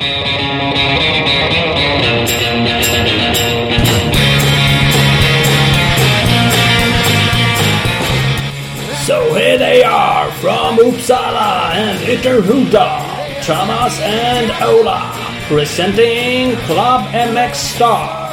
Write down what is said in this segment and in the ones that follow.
So here they are from Uppsala and Ytterhuda, Thomas and Ola, presenting Club MX Star.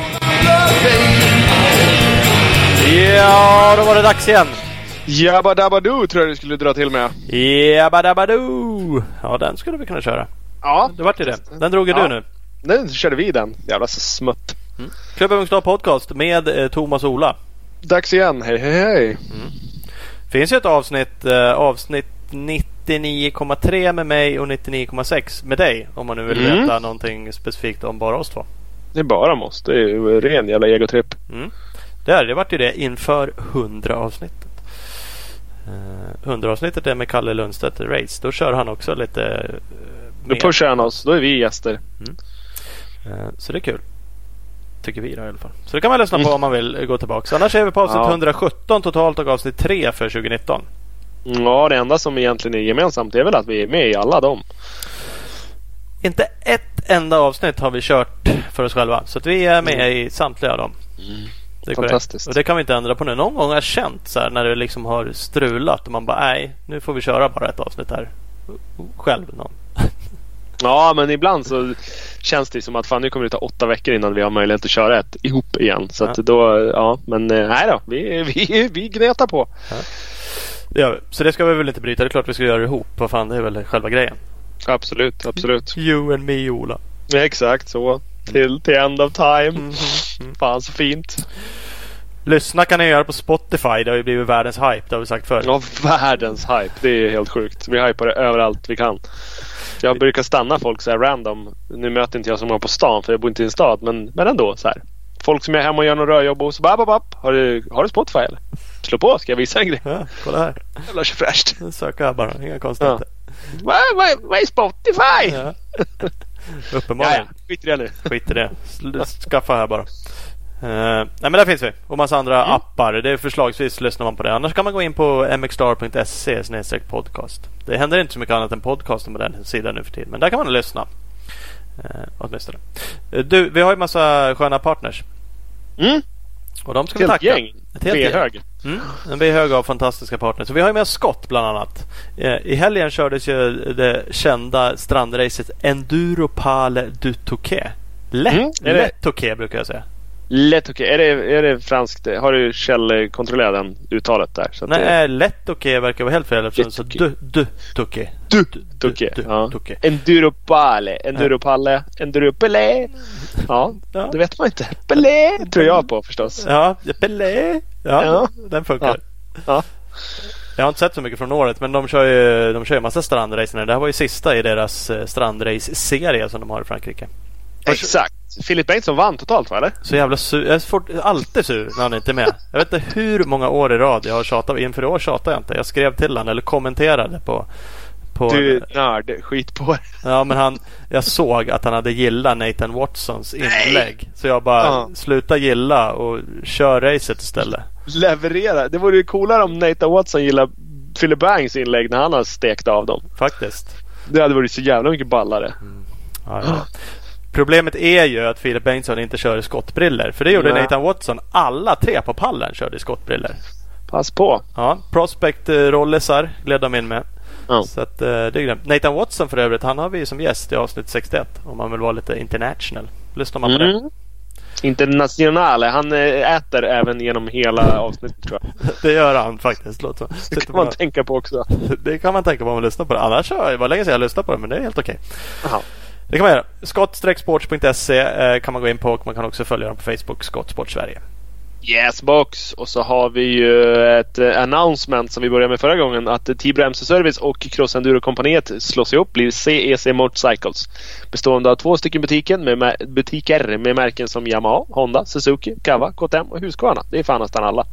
Ja, då var det dags igen. Jabba Dabba Doo tror jag du skulle dra till med. Jabba Dabba Doo. Ja, den skulle vi kunna köra. Ja, det vart ju det. Den drog ju du nu. Nu körde vi den. Jävla så smutt. Club MX Star podcast med Thomas och Ola. Dags igen. Hej, hej, hej. Finns ju ett avsnitt 99,3 med mig och 99,6 med dig. Om man nu vill veta någonting specifikt om bara oss två. Det är bara om oss. Det är ju ren jävla egotripp. Det vart ju det inför 100 avsnittet. 100 avsnittet är med Kalle Lundstedt Race. Då kör han också lite Då pushar han oss. Då är vi gäster. Så det är kul. Tycker vi då i alla fall. Så det kan man lyssna på om man vill gå tillbaka. Annars är vi på avsnitt 117 totalt och avsnitt 3 för 2019. Ja, det enda som egentligen är gemensamt är väl att vi är med i alla dem. Inte ett enda avsnitt har vi kört för oss själva. Så att vi är med i samtliga av dem. Det är fantastiskt. Och det kan vi inte ändra på nu. Någon gång har jag känt så här, när det liksom har strulat och man bara, nej, nu får vi köra bara ett avsnitt här själv någon. Ja, men ibland så känns det som att fan, nu kommer det ta 8 veckor innan vi har möjlighet att köra ett ihop igen. Så att då, ja, men nej då, vi gnetar på. Ja. Det gör vi. Så det ska vi väl inte bryta. Det är klart vi ska göra det ihop. Vad fan, det är väl själva grejen. Absolut, absolut. You and me, Ola. Ja, exakt så. Till end of time. Fan så fint. Lyssna kan ni göra på Spotify. Det har ju blivit världens hype, det har vi sagt förr. Ja, världens hype. Det är helt sjukt. Vi hypar det överallt vi kan. Jag brukar stanna folk så här random. Nu möter inte jag så många på stan för jag bor inte i en stad. Men ändå så här. Folk som är hemma och gör någon rörjobb och så bara har du Spotify eller? Slå på, ska jag visa en grej? Ja, kolla här. Jävla så fräscht. Söka här bara, inga konstigheter. Ja. Vad är Spotify? Ja. Uppenbarligen. Ja, skit i det nu. Skit i det. Skaffa här bara. Nej, men där finns vi. Och massa andra appar. Det är förslagsvis lyssnar man på det. Annars kan man gå in på mxstar.se/podcast. Det händer inte så mycket annat än podcasten på den sidan nu för tiden. Men där kan man lyssna. Åtminstone. Du, vi har ju massa sköna partners. Och de ska vi tacka. Gäng. Ett helt B-hög. En B-hög av fantastiska partners. Så vi har ju med Scott bland annat. I helgen kördes ju det kända strandracet Enduro Pale du Touquet. Lätt Touquet brukar jag säga. Lätt okej. Är det franskt? Har du källkontrollerat den uttalet där? Så nej, lätt okej verkar vara helt fel. Så Touquet. Touquet. Enduropale. Enduropale. Ja, det vet man inte. Pelé tror jag på förstås. Ja, Pelé. Ja, den funkar. Ja. Jag har inte sett så mycket från året, men de kör ju massa strandrace. Det här var ju sista i deras strandrace-serie som de har i Frankrike. Exakt. Philip Bengtsson vann totalt, va, eller? Så jävla sur. Jag är alltid sur när han inte är med. Jag vet inte hur många år i rad jag har tjatat. Inför i år tjatade jag inte. Jag skrev till han eller kommenterade på du nörd, skit på det. Ja, men jag såg att han hade gillat Nathan Watsons inlägg. Nej. Så jag bara sluta gilla och kör racet istället. Leverera. Det vore ju coolare om Nathan Watson gillar Philip Banks inlägg när han har stekt av dem. Faktiskt. Det hade varit så jävla mycket ballare. Ja. Problemet är ju att Philip Bengtsson inte kör i skottbriller. För det gjorde Nathan Watson. Alla 3 på pallen körde i skottbriller. Pass på. Ja, Prospect Rollesar gled de in med. Så att, det är grymt. Nathan Watson för övrigt, han har vi som gäst i avsnitt 61. Om man vill vara lite international. Lyssnar man på det? Internationale. Han äter även genom hela avsnittet, tror jag. Det gör han faktiskt. Låt så. Det kan man tänka på också. Det kan man tänka på om man lyssnar på det. Annars var länge sedan jag lyssnade på det, men det är helt okej. Det kan man göra. Skott-sports.se kan man gå in på, och man kan också följa dem på Facebook, Skottsport Sverige. Yes box. Och så har vi ju ett announcement som vi började med förra gången, att Tibro MC Service och Cross Enduro-kompaniet slås ihop, blir CEC Motorcycles, bestående av 2 stycken butiker med märken som Yamaha, Honda, Suzuki, Kawa, KTM och Husqvarna. Det är fan nästan alla.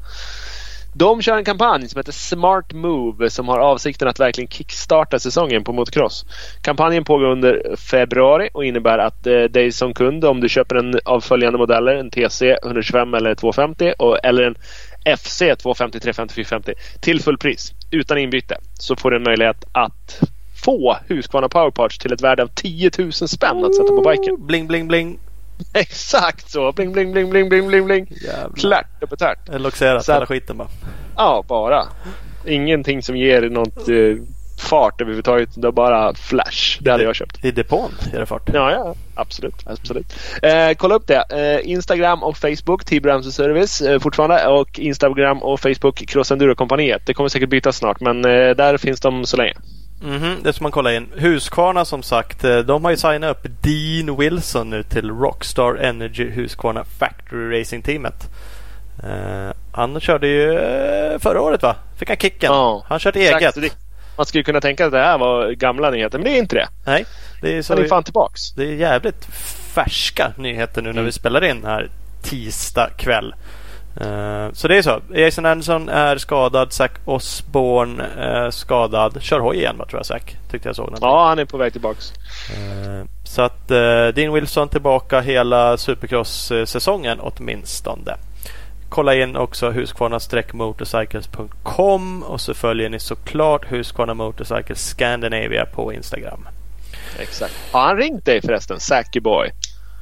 De kör en kampanj som heter Smart Move, som har avsikten att verkligen kickstarta säsongen på motocross. Kampanjen pågår under februari och innebär att dig som kund, om du köper en av följande modeller, en TC 125 eller 250 eller en FC 250, 350, 450 till full pris utan inbyte, så får du en möjlighet att få Husqvarna Powerparts till ett värde av 10 000 spänn att sätta på biken. Bling, bling, bling. Exakt så. Bling, bling, bling, bling, bling, bling, bling. Klart och betärt. Loxerat hela skiten bara. Ja, bara. Ingenting som ger något fart överhuvudtaget. Det är bara flash. Det hade jag köpt. I depån är det fart. Ja, absolut. Kolla upp det. Instagram och Facebook T-Brams Service fortfarande. Och Instagram och Facebook Cross Enduro-kompaniet. Det kommer säkert bytas snart, men där finns de så länge. Det ska man kolla in. Husqvarna som sagt, de har ju signat upp Dean Wilson nu till Rockstar Energy Husqvarna Factory Racing Teamet. Han körde ju förra året, va? Fick han kicken. Ja, han körde eget. Man skulle kunna tänka att det här var gamla nyheter, men det är inte det. Nej, det är så. Han är fan tillbaks. Det är jävligt färska nyheter nu när vi spelar in här tisdag kväll. Så det är så. Jason Anderson är skadad. Zach Osborne skadad. Kör hoj igen, tror jag, Zach. Tyckte jag såg någonting. Ja, han är på väg tillbaks. Så att Dean Wilson tillbaka hela Supercross-säsongen åtminstone. Kolla in också Husqvarna-motorcycles.com och så följer ni såklart Husqvarna Motorcycles Scandinavia på Instagram. Exakt. Har han ringt dig förresten, Sacky Boy?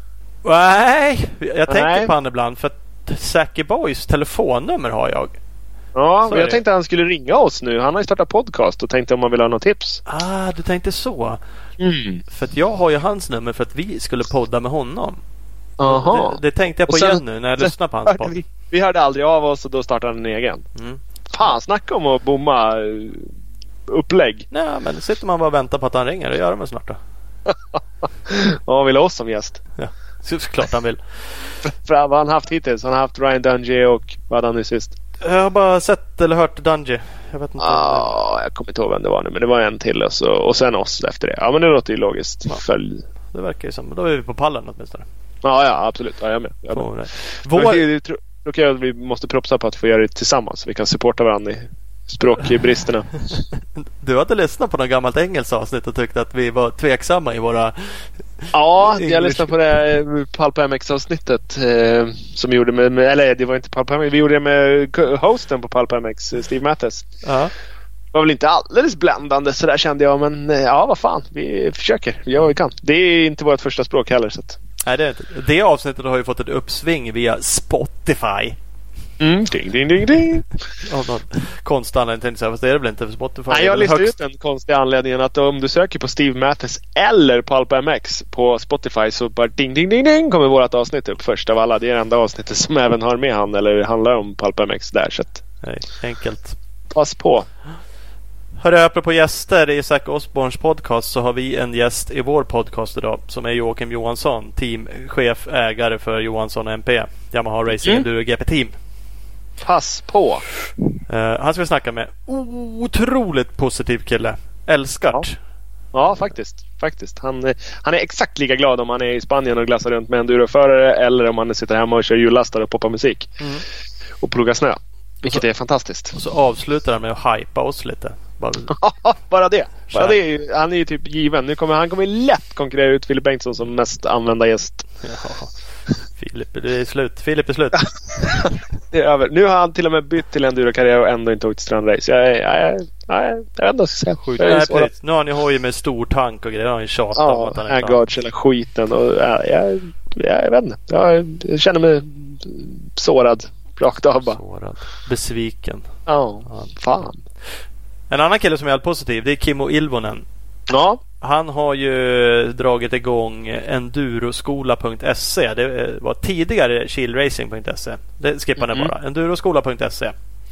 Nej, jag tänker på han ibland för att Sacky Boys telefonnummer har jag. Ja, men jag tänkte att han skulle ringa oss nu. Han har ju startat podcast och tänkte om man vill ha något tips. Du tänkte så. För att jag har ju hans nummer för att vi skulle podda med honom. Det tänkte jag på igen nu när jag lyssnar på hans podd. Vi hörde aldrig av oss och då startade han en egen. Fan, snacka om att bomma upplägg. Nej, men sitter man bara och väntar på att han ringer och gör det snart då. Ja, vill ha oss som gäst. Ja, såklart han vill. För vad har han haft hittills? Han har haft Ryan Dungey och vad hade han nu sist? Jag har bara sett eller hört Dungey. Jag vet inte. Jag kommer inte ihåg vem det var nu, men det var en till och sen oss efter det. Ja, men det låter ju logiskt. Ja. Följ. Det verkar ju som. Då är vi på pallen åtminstone. Ja, absolut. Ja, jag med. Då kan jag att vi måste propsa på att få göra det tillsammans. Vi kan supporta varandra i språkbristerna. Du hade lyssnat på något gammalt engelskt avsnitt och tyckte att vi var tveksamma i våra... Ja, jag lyssnade på det Palpa MX-avsnittet som gjorde med... Eller det var inte Palpa MX. Vi gjorde det med hosten på Palpa MX, Steve Mattes. Ja. Det var väl inte alldeles bländande så där kände jag. Men ja, vad fan. Vi försöker. Vi gör vad vi kan. Det är inte vårt första språk heller. Så att... Nej, det avsnittet har ju fått ett uppsving via Spotify. Ding, ding, ding, ding. Konstig anledning till fast det är det väl inte för Spotify. Nej, jag listade ut den konstiga anledningen att om du söker på Steve Mattes eller Palpa MX på Spotify så bara ding, ding, ding, ding kommer vårt avsnitt upp först av alla. Det är det enda avsnittet som även har med han eller handlar om Palpa MX där. Så att... Nej, enkelt. Pass på. Hörru, apropå gäster i Zach Osborns podcast så har vi en gäst i vår podcast idag som är Joakim Johansson, teamchef, ägare för Johansson MP, Yamaha Racing Enduro GP Team. Pass på. Han ska vi snacka med. Otroligt positiv kille. Älskart. Ja, faktiskt. Han är exakt lika glad om han är i Spanien och glassar runt med enduroförare eller om han sitter hemma och kör hjullastare och poppar musik och pluggar snö. Vilket är fantastiskt. Och så avslutar han med att hypa oss lite. Bara det. Han är ju typ given. Han kommer lätt konkurrera ut Filip Bengtsson som mest använda gäst. Ja. Filip är slut. Det är över. Nu har han till och med bytt till enduro-karriär och ändå inte åkt strandrace. Jag vet inte vad jag ska säga. Nu har ni hoj med stor tank och grejer. Han har tjatat om att han är klar. Hela skiten. Och, jag vet inte. Jag känner mig sårad. Rakt av bara. Sårad. Besviken. Ja, fan. En annan kille som är helt positiv, det är Kimmo Ilvonen. Ja. Han har ju dragit igång enduroskola.se. Det var tidigare chillracing.se. Det skippar ni bara. Enduroskola.se.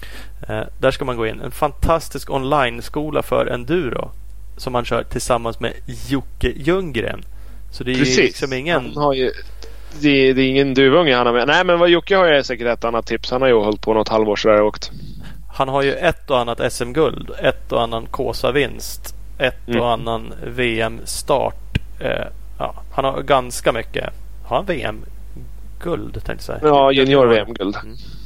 Där ska man gå in. En fantastisk online-skola för enduro som man kör tillsammans med Jocke Ljunggren. Så det är ju liksom ingen... Han har ju... Det är ingen duvunge han har med. Nej, men vad Jocke har ju säkert ett annat tips. Han har ju hållit på något halvår så där och åkt. Han har ju ett och annat SM-guld, ett och annan Kåsa-vinst, ett och annan VM-start. Han har ganska mycket. Har han VM-guld, tänkte jag säga. Ja, junior-VM-guld.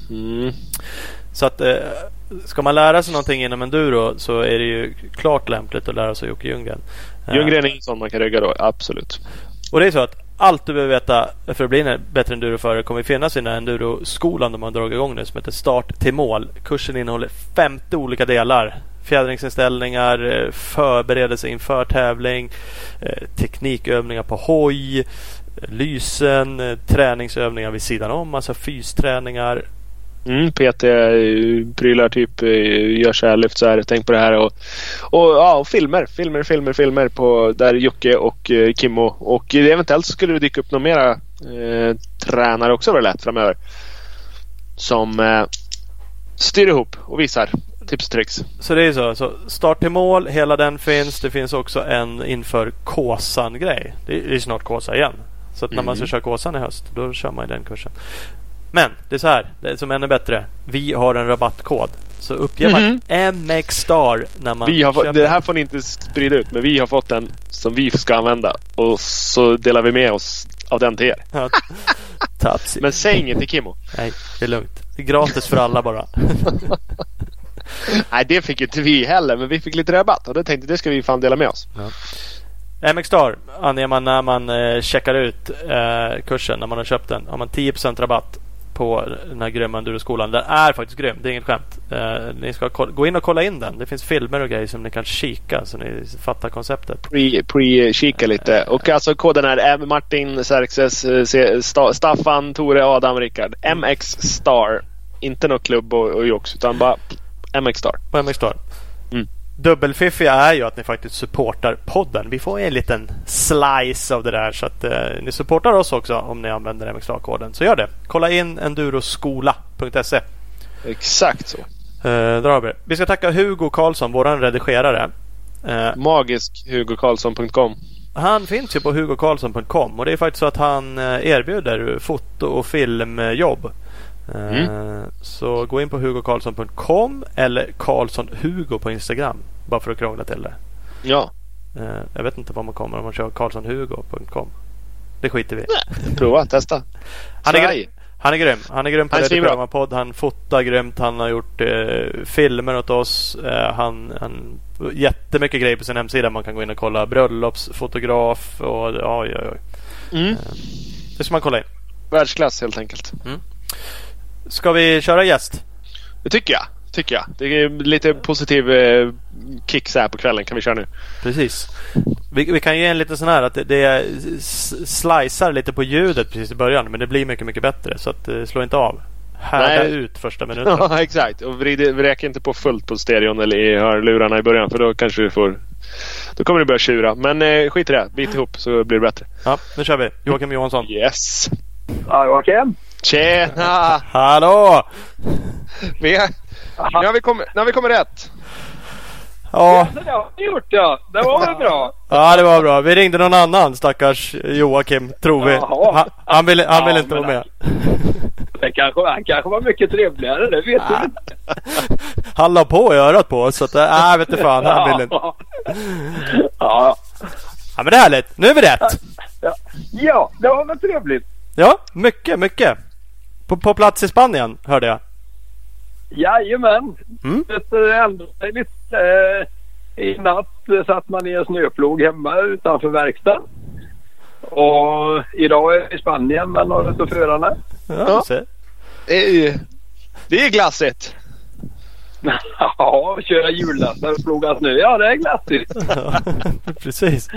Så att ska man lära sig någonting inom enduro så är det ju klart lämpligt att lära sig Jocke Ljunggren. Ljunggren är en sån man kan rygga då, absolut. Och det är så att allt du behöver veta för att bli en bättre enduroförare kommer finnas i den här enduroskolan de har dragit igång nu som heter Start till mål. Kursen innehåller 50 olika delar. fjädringsinställningar, förberedelse inför tävling, teknikövningar på hoj, lysen, träningsövningar vid sidan om, alltså fysträningar. PT-prylar typ, gör så här, lyft så här, tänk på det här och filmer på där Jocke och Kimmo, och eventuellt så skulle det dyka upp några mera tränare också, var det lätt framöver, som styr ihop och visar tips och tricks. Så det är så start till mål, hela den finns. Det finns också en inför Kåsan-grej. Det är snart Kåsa igen. Så att när man ska köra Kåsan i höst, då kör man i den kursen. Men det är så här, det är som ännu bättre. Vi har en rabattkod. Så uppger man MXstar när man köper. Det här får ni inte sprida ut, men vi har fått en som vi ska använda. Och så delar vi med oss av den till er. Ja, men säg inget till Kimmo. Nej, det är lugnt. Det är gratis för alla bara. Nej, det fick inte vi heller, men vi fick lite rabatt. Och då tänkte jag, det ska vi fan dela med oss. Ja. MXstar anger man när man checkar ut kursen, när man har köpt den. Har man 10% rabatt på den här grymma Enduroskolan. Den är faktiskt grym, det är inget skämt. Ni ska gå in och kolla in den. Det finns filmer och grejer som ni kan kika, så ni fattar konceptet. Kika lite. Och alltså koden är Martin, Xerxes, Staffan, Tore, Adam, Rickard. MXstar. Inte någon klubb och jox, utan bara MXstar. På MXstar. Dubbelfiffiga är ju att ni faktiskt supportar podden. Vi får en liten slice av det där, så att ni supportar oss också om ni använder MXstar-koden. Så gör det. Kolla in enduroskola.se. Exakt så. Vi ska tacka Hugo Karlsson, våran redigerare. Magisk HugoKarlsson.com. Han finns ju på hugokarlsson.com, och det är faktiskt så att han erbjuder foto- och filmjobb. Så gå in på hugokarlsson.com eller Karlsson-Hugo på Instagram, bara för att krångla till det. Ja. Jag vet inte vad man kommer om man kör Karlsson-Hugo.com. Det skiter vi. Prova, testa. Han är grym. Han är grym på Redigramma-podd. Han fotar grymt. Han har gjort filmer åt oss. Han jättemycket grejer på sin hemsida. Man kan gå in och kolla bröllopsfotograf och oj. Det ska man kolla in. Världsklass helt enkelt. Ska vi köra gäst? Det tycker jag. Det är lite positiv kick så här på kvällen. Kan vi köra nu? Precis. Vi kan ge en liten sån här att det slicear lite på ljudet precis i början, men det blir mycket, mycket bättre. Så att slå inte av. Härda ut första minuten. Ja, exakt. Och vi räcker inte på fullt på stereon eller i hörlurarna i början, för då kanske vi får... Då kommer det börja tjura. Men skit i det. Bit ihop så blir det bättre. Ja, nu kör vi. Joakim Johansson. Yes. Ja, Joakim. Tjena! Hallå! Nu har vi kommit rätt. Ja. Det har vi gjort, ja. Det var väl bra. Ja, det var bra. Vi ringde någon annan, stackars Joakim, tror vi. Han vill inte vara med. Han kanske var mycket trevligare, det vet du inte. Han la på i örat på oss, så att, vet du fan, han vill inte. Ja, men det är härligt. Nu är vi rätt. Ja, det var väl trevligt. Ja, mycket. På plats i Spanien, hörde jag. Jajamän. Det ändrade sig lite. I natt satt man i en snöplog hemma utanför verkstaden. Och idag är vi i Spanien med några av förarna. Ja. Det är glassigt. Ja, köra hjullastare och ploga snö. Ja, det är glassigt. Precis.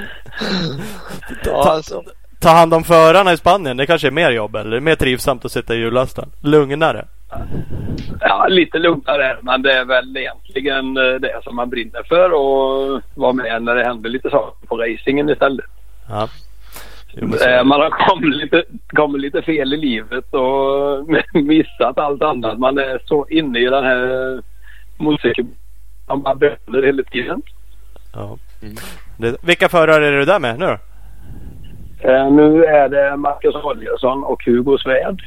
Ta hand om förarna i Spanien. Det kanske är mer jobb, eller mer trivsamt att sitta i hjullastaren. Lugnare. Ja, lite lugnare. Men det är väl egentligen det som man brinner för, och vara med när det händer lite saker på racingen istället. Ja. Man har kommit lite fel i livet och missat allt annat. Man är så inne i den här musiken. Man bara behöver hela tiden. Ja. Vilka förare är du där med nu? Nu är det Marcus Holgersson och Hugo Svärd.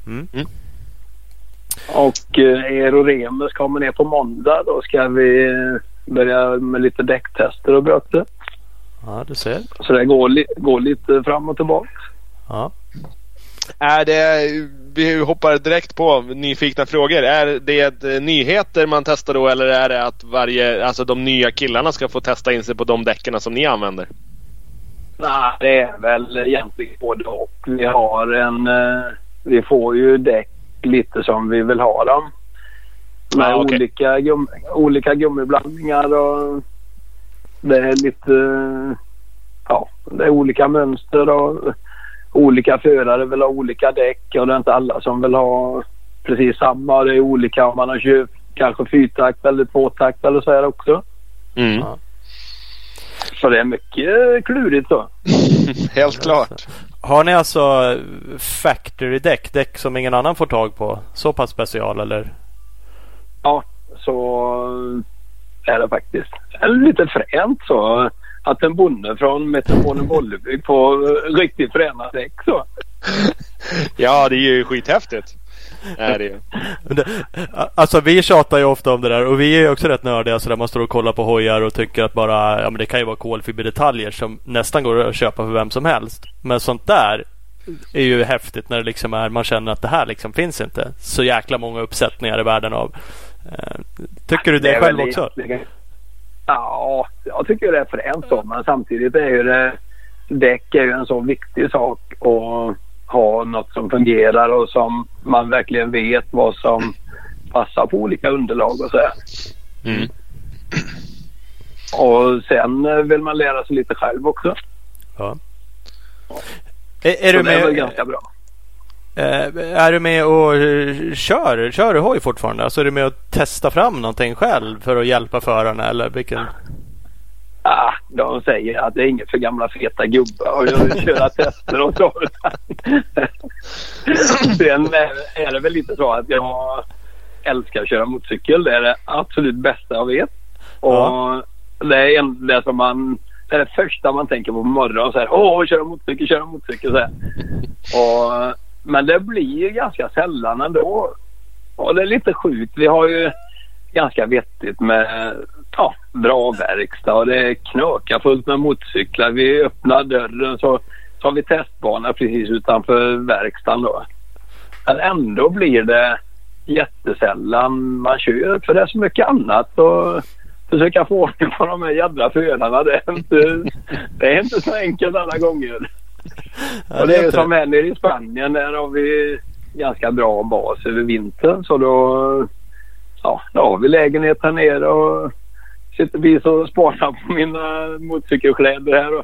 Och Eero Remus kommer ner på måndag. Då ska vi börja med lite däcktester och böter. Ja, du ser. Så det går lite fram och tillbaka. Ja. Vi hoppar direkt på nyfikna frågor. Är det nyheter man testar då, eller är det att de nya killarna ska få testa in sig på de däckerna som ni använder? Nej, det är väl egentligen både och. Vi får ju däck lite som vi vill ha dem. Med olika gummiblandningar och det är lite det är olika mönster och olika förare vill ha olika däck och det är inte alla som vill ha precis samma. Det är olika om man har köpt kanske 4-takt eller 2-takt eller så här också. Ja. Så det är mycket klurigt så. Helt klart. Har ni alltså factory-däck som ingen annan får tag på? Så pass special eller? Ja, så är det faktiskt. Lite fränt så att en bonde från Metropolen Bollebygd får riktigt fräna däck så. Ja, det är ju skithäftigt. Är det. Alltså vi tjatar ju ofta om det där och vi är ju också rätt nördiga så där man står och kollar på hojar och tycker att bara men det kan ju vara kolfiberdetaljer som nästan går att köpa för vem som helst. Men sånt där är ju häftigt när det liksom är man känner att det här liksom finns inte så jäkla många uppsättningar i världen av. Tycker du det själv också? Ja, jag tycker det är fränt så, men samtidigt är ju det däck är ju en så viktig sak och ha något som fungerar och som man verkligen vet vad som passar på olika underlag och så här. Mm. Och sen vill man lära sig lite själv också. Ja. Är du med? Det är ganska bra. Är du med och kör du hoj fortfarande? Alltså är du med att testa fram någonting själv för att hjälpa förarna eller vilken? De säger att det är inget för gamla feta gubbar och jag vill köra tester och så. Sen är det väl lite så att jag älskar att köra motorcykel. Det är det absolut bästa jag vet. Och det är det som det är det första man tänker på morgonen så här, köra motorcykel så här. Men det blir ganska sällan ändå. Och det är lite sjukt. Vi har ju ganska vettigt med bra verkstad och det är knöka fullt med motorcyklar. Vi öppnar dörren så har vi testbana precis utanför verkstaden då. Men ändå blir det jättesällan man kör för det är så mycket annat och försöka få ordning på de här jävla förarna. Det är inte så enkelt alla gånger. Och det är som här nere i Spanien, där har vi ganska bra bas över vintern så då har vi lägenhet här nere och sitter vi och sparar på mina motorcykelkläder här och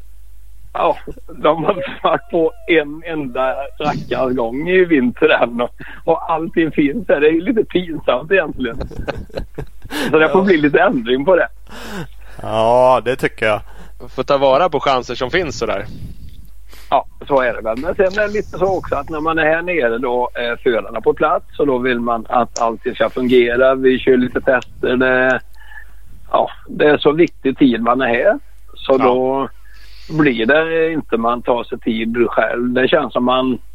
de har varit på en enda rackarns gång i vintern och allting finns här. Det är lite pinsamt egentligen. Så det får bli lite ändring på det. Ja, det tycker jag. Får ta vara på chanser som finns så där. Ja, så är det väl. Men sen är det lite så också att när man är här nere då är förarna på plats och då vill man att allt ska fungera. Vi kör lite tester. Det är så viktig tid man är här. Så då blir det inte man tar sig tid själv. Det känns som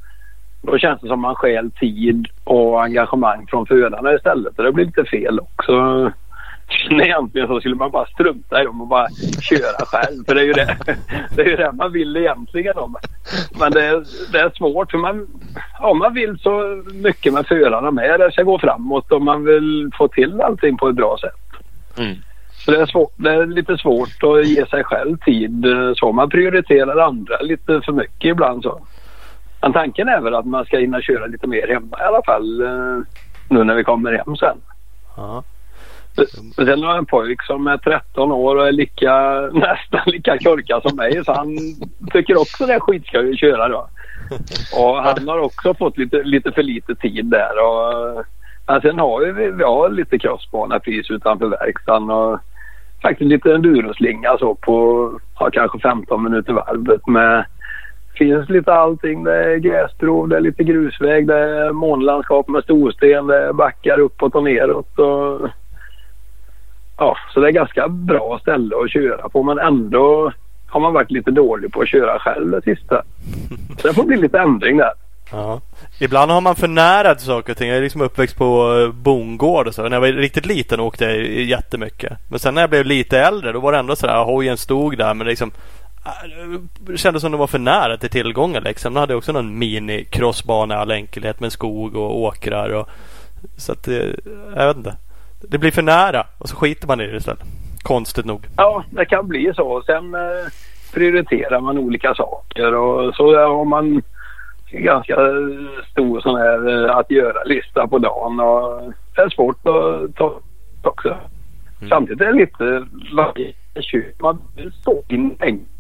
man stjäl tid och engagemang från förarna istället. Och det blir lite fel också. Egentligen så skulle man bara strunta i dem och bara köra själv. För det är ju det man vill egentligen om. Men det är svårt för man vill så mycket med förarna med. Det ska gå framåt och man vill få till allting på ett bra sätt. Mm. Så det är lite svårt att ge sig själv tid. Så man prioriterar andra lite för mycket ibland så. Men tanken är väl att man ska hinna köra lite mer hemma i alla fall nu när vi kommer hem sen. Ja. Sen har jag en pojk som är 13 år och är nästan lika korkad som mig så han tycker också det är skitskoj att köra då. Och han har också fått lite för lite tid där men sen har vi har lite crossbana precis utanför verkstaden och faktiskt lite enduroslinga så på kanske 15 minuter varvet med finns lite allting. Det är gräsprov, det är lite grusväg, det är månlandskap med storsten, det är backar uppåt och neråt och så det är ganska bra ställe att köra på men ändå har man varit lite dålig på att köra själv det sista. Så det får bli lite ändring där. Ja. Ibland har man för nära till saker och ting. Jag är liksom uppväxt på bondgård och så. När jag var riktigt liten åkte jag jättemycket. Men sen när jag blev lite äldre då var det ändå sådär, hojen stod där men liksom det kändes som det var för nära till tillgången liksom. Då hade jag också någon mini-crossbana i all enkelhet med skog och åkrar och så att jag vet inte. Det blir för nära och så skiter man i det istället. Konstigt nog. Ja, det kan bli så. Sen prioriterar man olika saker och så har man ganska stor sån här att göra lista på dagen och är svårt att ta också. Samtidigt är det lite varje tjuv. Man står in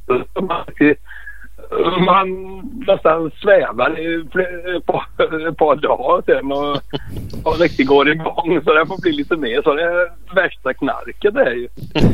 man nästan svävar på ett par dagar sen och riktigt går igång, så det får bli lite mer så det är värsta knarket det är ju.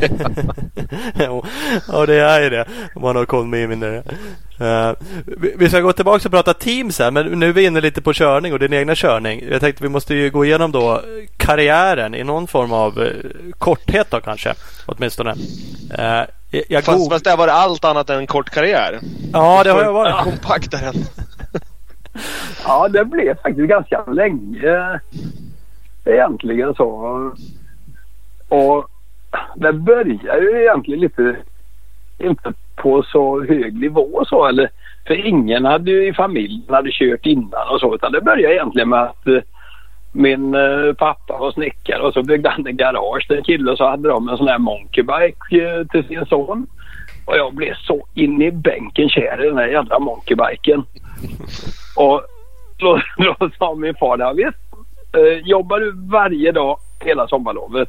Ja, det är ju det om man har koll med det. Vi ska gå tillbaka och prata teams här, men nu är vi inne lite på körning och din egna körning. Jag tänkte vi måste ju gå igenom då karriären i någon form av korthet då kanske, åtminstone. Fast det var allt annat än en kort karriär. Ja, det har jag varit. Kompaktare. Ja, det blev faktiskt ganska länge egentligen så. Och det började ju egentligen lite inte på så hög nivå så, eller för ingen hade ju i familjen hade kört innan och så, utan det började egentligen med att min pappa var snickare och så byggde han en garage till en kille och så hade de en sån här monkeybike till sin son. Och jag blev så in i bänken kär i den här jävla monkeybiken. Och då sa min far där, visst, jobbar du varje dag hela sommarlovet,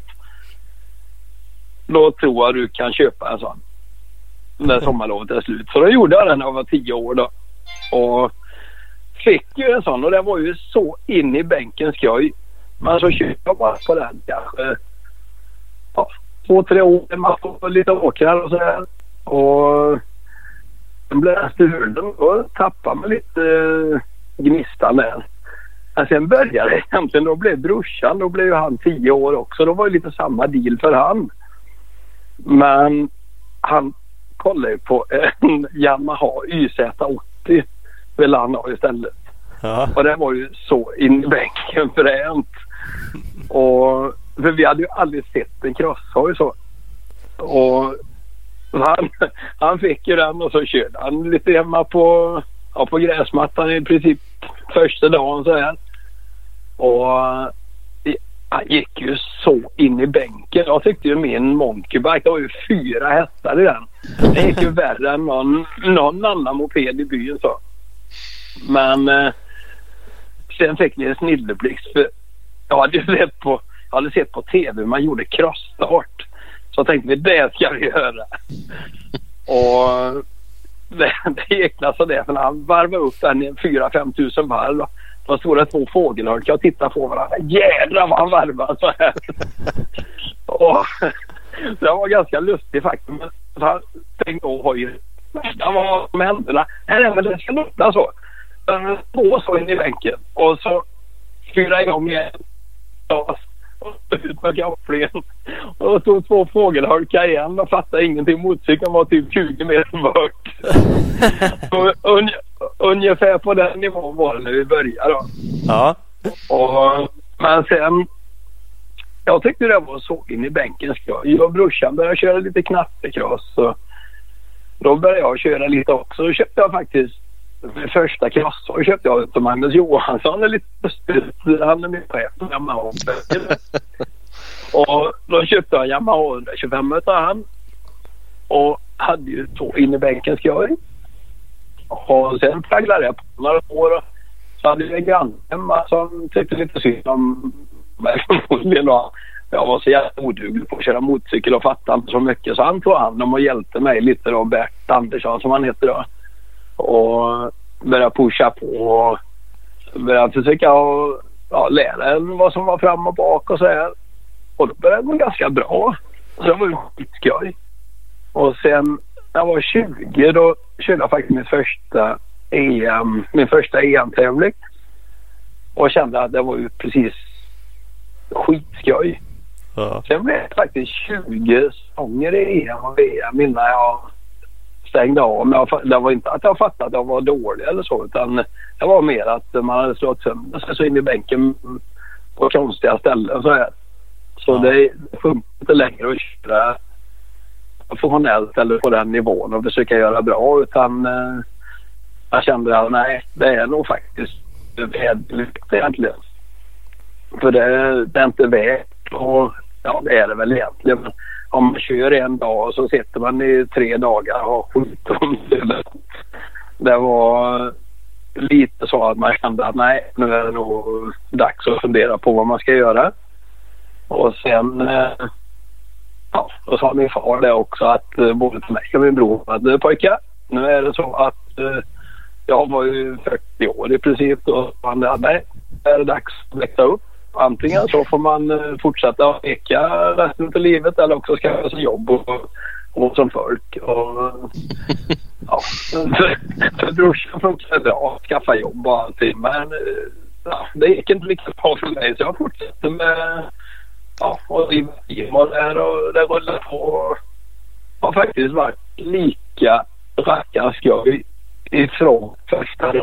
då tror jag du kan köpa en sån när sommarlovet är slut. Så då gjorde jag den när jag var 10 år då. Och fick ju en sån, och det var ju så in i bänken skoj. Men så köpte jag bara på den kanske 2-3 år. Man får lite åkrar och sådär. Och den blev stulen och tappade mig lite gnistan där. Men sen började det egentligen, då blev brorsan, då blev ju han 10 år också. Då var det lite samma deal för han. Men han kollade ju på en Yamaha YZ80 vill han ha istället. Ja. Och det var ju så in i bänken fränt. Och för vi hade ju aldrig sett en crosshoj så. Och han fick ju den och så körde han lite hemma på gräsmattan i princip första dagen så här. Och han gick ju så in i bänken. Jag tyckte ju min monkeybike, det var ju 4 hästar i den. Det gick ju värre än någon annan moped i byn så. Men sen fick ni en snilleblixt, för jag hade sett på tv man gjorde crossstart. Så tänkte vi, det ska vi göra. Och det gick så det, för när han varvade upp den i 4-5 tusen varv då stod det 2 fågelholkar och tittade på varandra. Jädrar vad han varvade så här. Och det var ganska lustigt faktiskt. Men så tänkte jag, vad som hände? Nej, men det ska låta så. Två så in i bänken. Och så fyra igång igen. Och ut med gaffeln. Och då stod 2 fågelholkar igen. Jag fattade ingenting. Motorcykeln var typ 20 meter bort. Ungefär på den nivån var det när vi började då. Ja. Men sen jag tyckte det var så in i bänken. Jag och brorsan började köra lite knattekross. Då började jag köra lite också. Då köpte jag faktiskt min första cross. Och köpte jag ut av Magnus Johansson. Han är min chef på Yamaha. Och då köpte jag Yamaha 125 utav han. Och hade ju så in i bänken skoj. Och sen flaggade jag på några år. Så hade jag en granne hemma som tyckte lite synd om mig förmodligen. Jag var så jävla oduglig på att köra motorcykel och fattade inte så mycket. Så han tog hand om och hjälpte mig lite då. Bert Andersson som han heter då. Och började pusha på och började försöka lära en vad som var fram och bak och så här. Och då började det gå ganska bra. Så det var ju skitskoj. Och sen när jag var 20 då körde jag faktiskt min första EM-tävling. Och kände att det var ju precis skitskoj. Ja. Sen blev det faktiskt 20 säsonger i EM och VM innan jag stängde av. Men det var inte att jag fattade att jag var dålig eller så, utan det var mer att man hade slått sönder sig så in i bänken på konstiga ställen så här. Så det funkar inte längre att köra professionellt eller på den nivån och försöka göra bra, utan jag kände att nej, det är nog faktiskt vädligt egentligen. För det är inte värt, och det är det väl egentligen. Men om man kör en dag och så sitter man i 3 dagar och har sjukdom. Det var lite så att man kände att nej, nu är det nog dags att fundera på vad man ska göra. Och sen då sa min far det också att både till mig och min bror att pojkar, nu är det så att jag var ju 40 år i princip och han nej, är det dags att växa upp. Antingen så får man fortsätta att leka resten av livet eller också skaffa sig jobb och som folk. Och, ja, för brorsan fortsatte att skaffa jobb och allting. Men det gick inte riktigt bra för mig så jag fortsatte med och driva team och det rullade på. Och har faktiskt varit lika rackarskoj ifrån första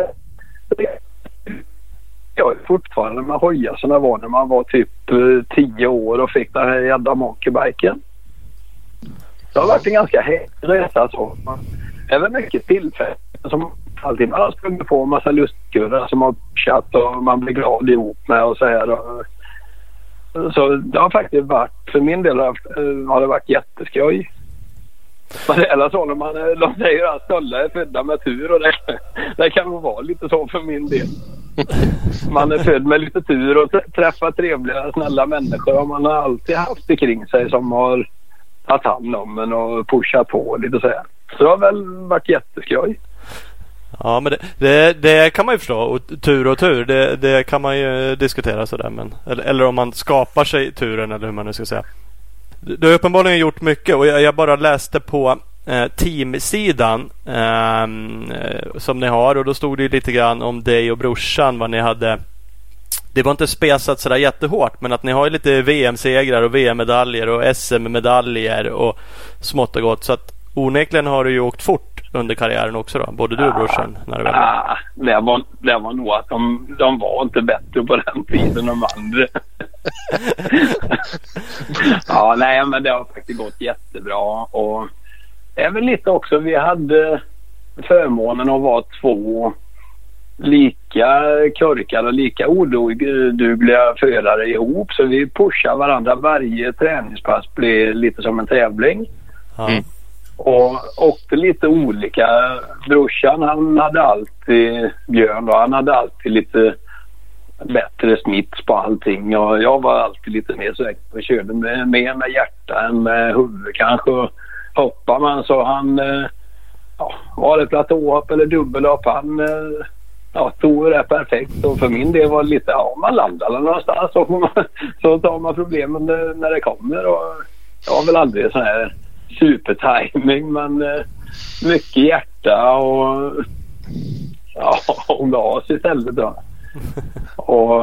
jag är fortfarande med hojar som det var när man var typ 10 år och fick den här jävla monkeybiken. Det har varit en ganska häftig resa så. Det är väl mycket tillfällen som alltid man har sprungit på en massa lustkurrar som har chatt och man blir glad ihop med och så här. Så det har faktiskt varit, för min del har det varit jätteskoj. Men det är så när de säger att stollar är födda med tur och det kan nog vara lite så för min del. Man är född med lite tur och träffar trevliga, snälla människor och man har alltid haft det kring sig som har tagit hand om en och pushat på lite så här. Så det har väl varit jätteskoj. Ja, men det kan man ju förstå. Och tur, det kan man ju diskutera sådär. Men, eller om man skapar sig turen eller hur man nu ska säga. Du har uppenbarligen gjort mycket och jag bara läste på teamsidan som ni har och då stod det ju lite grann om dig och brorsan vad ni hade. Det var inte spesat sådär jättehårt men att ni har ju lite VM-segrar och VM-medaljer och SM-medaljer och smått och gott så att onekligen har du ju åkt fort under karriären också då, både du och brorsan när det var nog att de var inte bättre på den tiden de andra. Ja, nej men det har faktiskt gått jättebra och det är väl lite också vi hade förmånen att vara två lika körkar och lika odugliga förare ihop så vi pushar varandra varje träningspass blir lite som en tävling. Mm. Och åkte lite olika. Brorsan han hade alltid Björn och han hade alltid lite bättre smitts på allting och jag var alltid lite mer säker och körde mer med hjärta än med huvud kanske och hoppar man så han var det platåhopp eller dubbelhopp han tog det perfekt och för min del var det lite man landar någonstans så tar man problemen när det kommer och jag har väl aldrig sån här supertiming men mycket hjärta och gas istället då. Och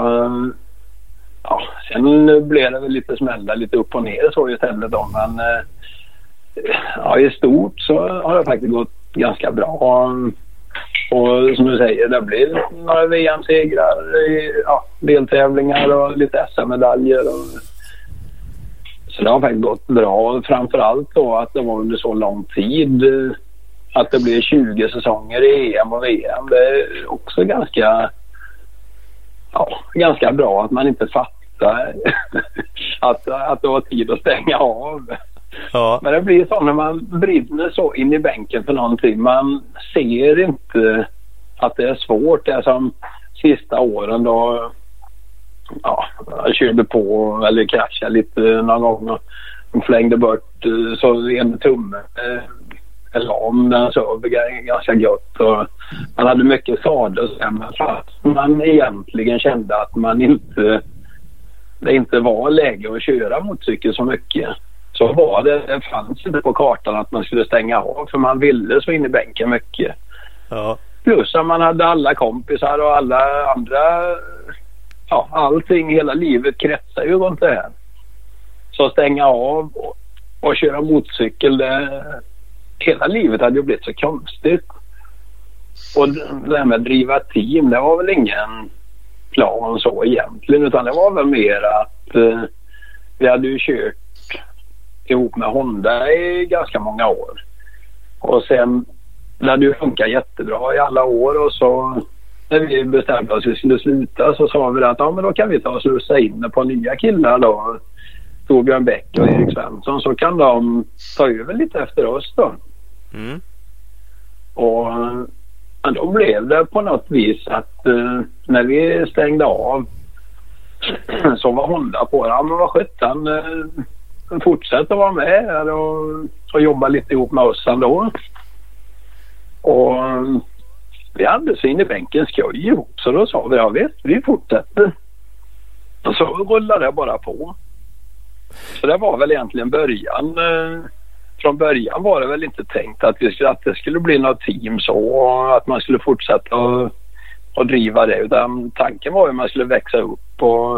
sen blev det väl lite smällda lite upp och ner så istället då men i stort så har det faktiskt gått ganska bra och som du säger det blir några VM-segrar deltävlingar och lite SM-medaljer och så det har faktiskt gått bra framförallt då att det var under så lång tid att det blir 20 säsonger i EM och VM det är också ganska bra att man inte fattar att det var tid att stänga av. Ja. Men det blir så när man brinner så in i bänken för någonting. Man ser inte att det är svårt. Det är som sista åren då jag körde på eller kraschade lite någon gång och flängde bort så en tumme eller om den så ganska gott och man hade mycket skador så att man egentligen kände att det inte var läge att köra motorcykel så mycket. Så var det fanns inte på kartan att man skulle stänga av för man ville så in i bänken mycket. Ja. Plus att man hade alla kompisar och alla andra allting, hela livet kretsar ju runt det här. Så stänga av och köra motorcykel hela livet hade ju blivit så konstigt. Och det här med att driva team det var väl ingen plan så egentligen utan det var väl mer att vi hade ju kört ihop med Honda i ganska många år. Och sen det hade ju funkat jättebra i alla år och så när vi bestämde oss att vi skulle sluta så sa vi att men då kan vi ta och slussa in på nya killar då. Torbjörn Bäck och Erik Svensson så kan de ta över lite efter oss då. Mm. Och då blev det på något vis att när vi stängde av så var Honda på det. Ja, men vad sjutton, fortsätt att vara med här och jobba lite ihop med oss ändå. Och vi hade så in i bänken skoj ihop, så då sa vi, ja visst, vi fortsätter. Och så rullade det bara på. Så det var väl egentligen början. Från början var det väl inte tänkt att det skulle bli något team så, och att man skulle fortsätta och driva det. Utan tanken var att man skulle växa upp och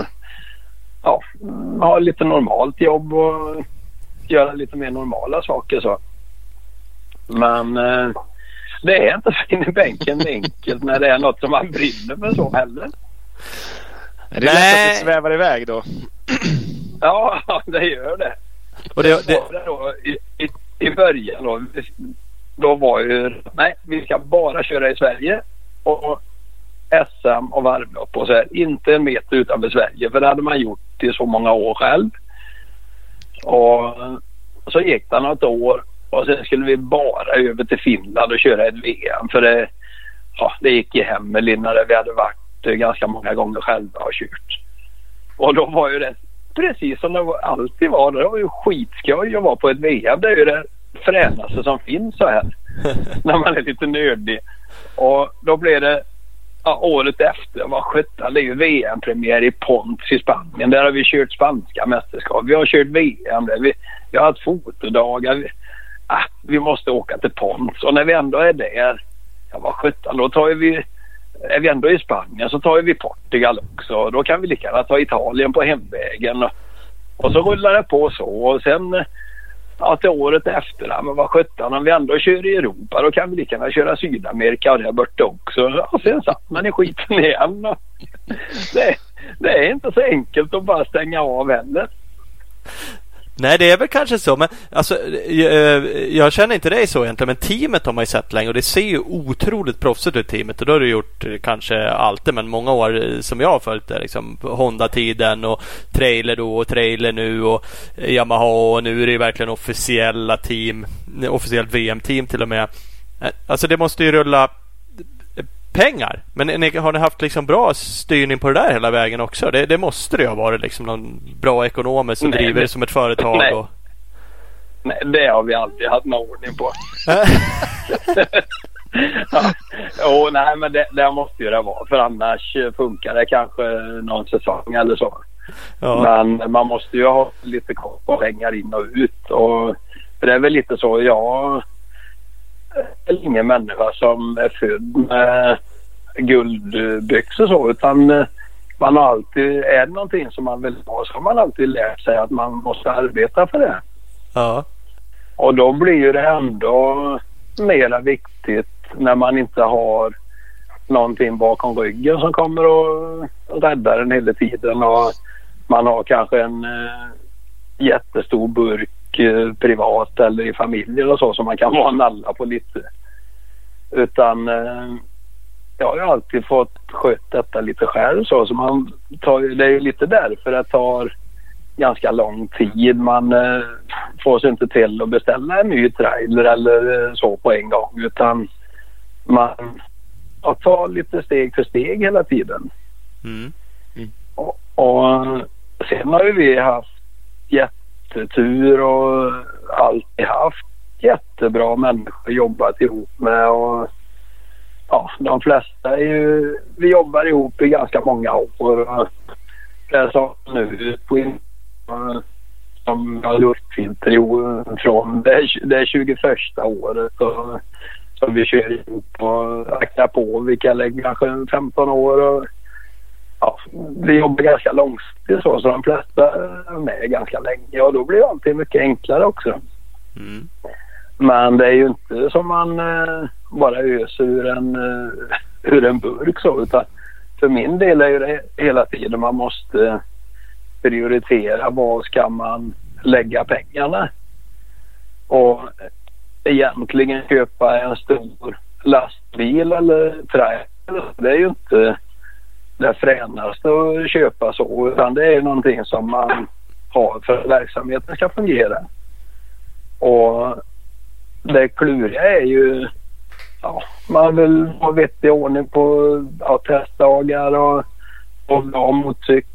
ha lite normalt jobb och göra lite mer normala saker så. Men det är inte så in i bänken enkelt när det är något som man brinner för så heller. Det är lätt att det svävar iväg då. Ja, det gör det. Och då, i början då var ju, nej, vi ska bara köra i Sverige och SM och varvlopp och så här, inte en meter utanför Sverige, för det hade man gjort i så många år själv. Och så gick det något år och sen skulle vi bara över till Finland och köra ett VM, för det gick i Hemmelin när vi hade varit ganska många gånger själva och kört. Och då var ju det precis som det alltid var. Det var ju skitskoj att vara på ett VM. Det är ju det fränaste som finns så här. När man är lite nördig. Och då blev det året efter. Var 17. Det är ju VM-premiär i Ponts i Spanien. Där har vi kört spanska mästerskap. Vi har kört VM där. Vi har haft fotodagar. Vi måste åka till Ponts. Och när vi ändå är där. Jag var 17. Då tar vi... Är vi ändå i Spanien så tar vi Portugal också. Då kan vi lika gärna ta Italien på hemvägen. Och så rullar det på så. Och sen till året efter, men vad 17, om vi ändå kör i Europa, då kan vi lika gärna köra Sydamerika och där borta också. Och sen satt man i skiten igen. Det är inte så enkelt att bara stänga av heller. Nej, det är väl kanske så, men alltså, jag känner inte dig så egentligen, men teamet har man ju sett länge och det ser ju otroligt proffsigt ut, teamet, och då har du gjort kanske alltid, men många år som jag har följt det, liksom Honda-tiden och trailer då och trailer nu och Yamaha, och nu är det ju verkligen officiella team, officiellt VM-team till och med. Alltså det måste ju rulla pengar, men har ni haft liksom bra styrning på det där hela vägen också? Det måste det ju ha varit liksom någon bra ekonomer som driver det som ett företag. Nej. Nej, det har vi alltid haft någon ordning på. Nej, men det måste ju det vara, för annars funkar det kanske någon säsong eller så. Ja. Men man måste ju ha lite koll på pengar in och ut, och för det är väl lite så, jag är ingen människa som är född med guldbyxor så, utan man har alltid, är det någonting som man vill ha, så har man alltid lärt sig att man måste arbeta för det. Ja. Och då blir ju det ändå mer viktigt när man inte har någonting bakom ryggen som kommer och räddar den hela tiden, och man har kanske en jättestor burk privat eller i familjen och så som man kan vara nalla på lite. Utan jag har alltid fått sköta detta lite själv så man tar, det är lite därför det tar ganska lång tid. Man får sig inte till att beställa en ny trailer eller så på en gång, utan man tar lite steg för steg hela tiden. Och sen har ju vi haft jättetur och alltid haft jättebra människor jobbat ihop med, och de flesta är ju, vi jobbar ihop i ganska många år. Det är så nu på som jag har luftfilter från det är 21 året, och som vi kör ihop och aktar på, vilka lägger kanske 15 år, och vi jobbar ganska långsiktigt så de flesta är med ganska länge, och då blir alltid mycket enklare också. Men det är ju inte som man bara öser ur en burk så, utan för min del är ju det hela tiden man måste prioritera, vad ska man lägga pengarna, och egentligen köpa en stor lastbil eller trailer, det är ju inte det fränaste att köpa så, utan det är någonting som man har för att verksamheten ska fungera. Och det kluriga är ju man vill ha vettig ordning på testdagar och bra motorcykel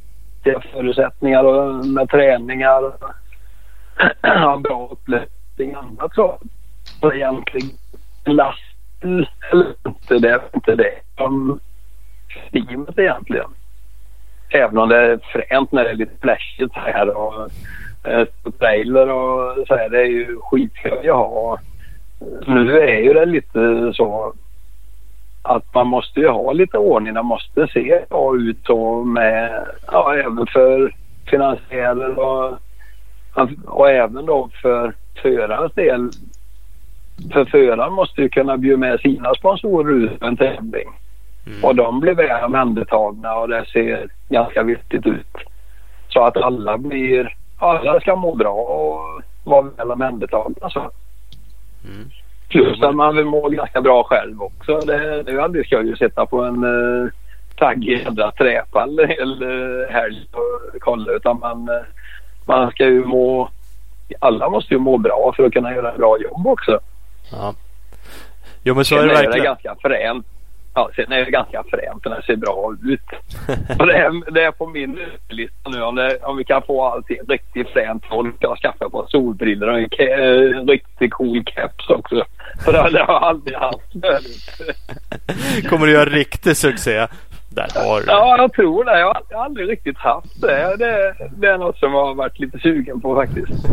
vettiga förutsättningar och med träningar och bra upplösning och annat så egentligen last eller inte, det är inte det som teamet egentligen. Även om det är fränt när det är lite flashigt här och trailer och så här, det är ju skitkul att ha. Nu är ju det lite så att man måste ju ha lite ordning, man måste se ut och med, även för finansiärer och även då för förarens del. För föraren måste ju kunna bjuda med sina sponsorer ut på en tävling. Och de blir väl omhändertagna och det ser ganska viktigt ut. Så att alla ska må bra och vara väl omhändertagna. Så. Plus att man vill må ganska bra själv också. Det är ju aldrig ska ju sitta på en taggig träpall eller helg och kolla, utan man ska ju alla måste ju må bra för att kunna göra ett bra jobb också. Ja. Jo, men så är det verkligen. Det är ganska fränt. Ja, sen är det ganska fränt när det ser bra ut. Och det är på min lista nu. Om vi kan få allting riktigt fränt, folk kan skaffa på solbrillor och en riktigt cool caps också. För det har jag aldrig haft förut. Kommer du göra riktig succé? Där har du. Ja, jag tror det. Jag har aldrig riktigt haft det. Det är något som jag har varit lite sugen på faktiskt.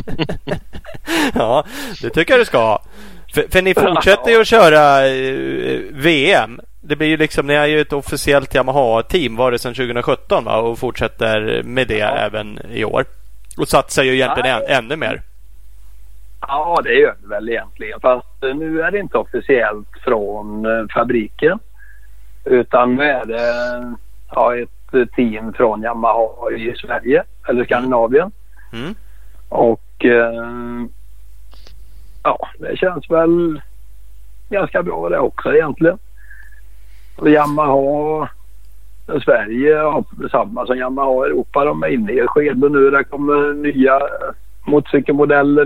Ja, det tycker jag du ska ha. För ni fortsätter ju att köra VM. Det blir ju liksom, ni är ju ett officiellt Yamaha-team var det sedan 2017 va? Och fortsätter med det även i år. Och satsar ju egentligen ännu mer. Ja, det gör det väl egentligen. Fast nu är det inte officiellt från fabriken. Utan nu är det ett team från Yamaha i Sverige eller Skandinavien. Och det känns väl ganska bra det också egentligen. Och Yamaha Sverige samma som Yamaha Europa, de är inne i skeden nu. Det kommer nya motorcykelmodeller,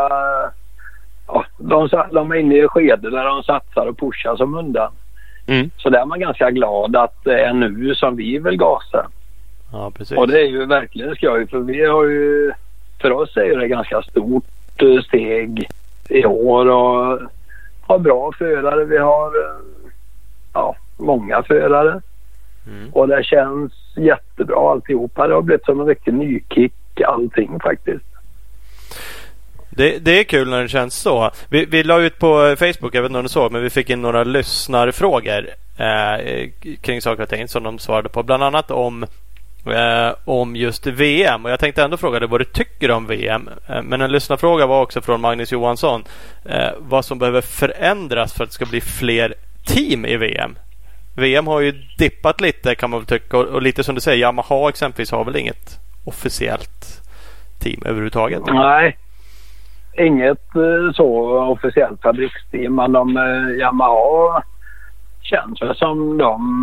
de är inne i skeden där de satsar och pushar som undan. Så där är man ganska glad att det är nu som vi vill gasa. Ja, precis. Och det är ju verkligen skoj, för vi har ju, för oss är det ganska stort steg i år och har bra förare. Vi har många förare. Och det känns jättebra alltihopa. Det har blivit som en riktig nykick allting faktiskt. Det är kul när det känns så. Vi la ut på Facebook, jag vet inte om du såg, men vi fick in några lyssnarfrågor kring saker och ting som de svarade på. Bland annat om just VM. Och jag tänkte ändå fråga dig vad du tycker om VM. Men en lyssnarfråga var också från Magnus Johansson. Vad som behöver förändras för att det ska bli fler team i VM. VM har ju dippat lite kan man väl tycka. Och lite som du säger, Yamaha exempelvis har väl inget officiellt team överhuvudtaget? Nej. Inget så officiellt fabriksteam, men Yamaha känns väl som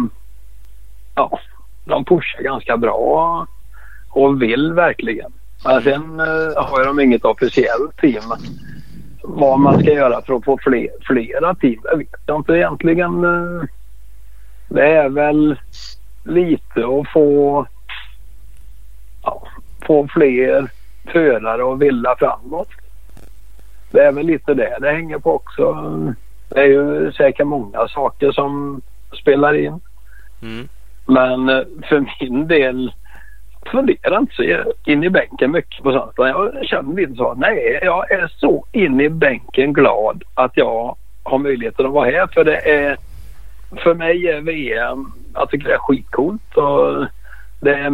de pushar ganska bra och vill verkligen. Men sen har de inget officiellt team. Vad man ska göra för att få flera team, jag vet inte egentligen. Det är väl lite att få fler förare och vilja framåt. Det är väl lite det hänger på också. Det är ju säkert många saker som spelar in. Men för min del funderar inte så in i bänken mycket på sånt. Jag känner lite så, nej, jag är så in i bänken glad att jag har möjligheten att vara här. För mig är VM, jag tycker det är skitcoolt och det är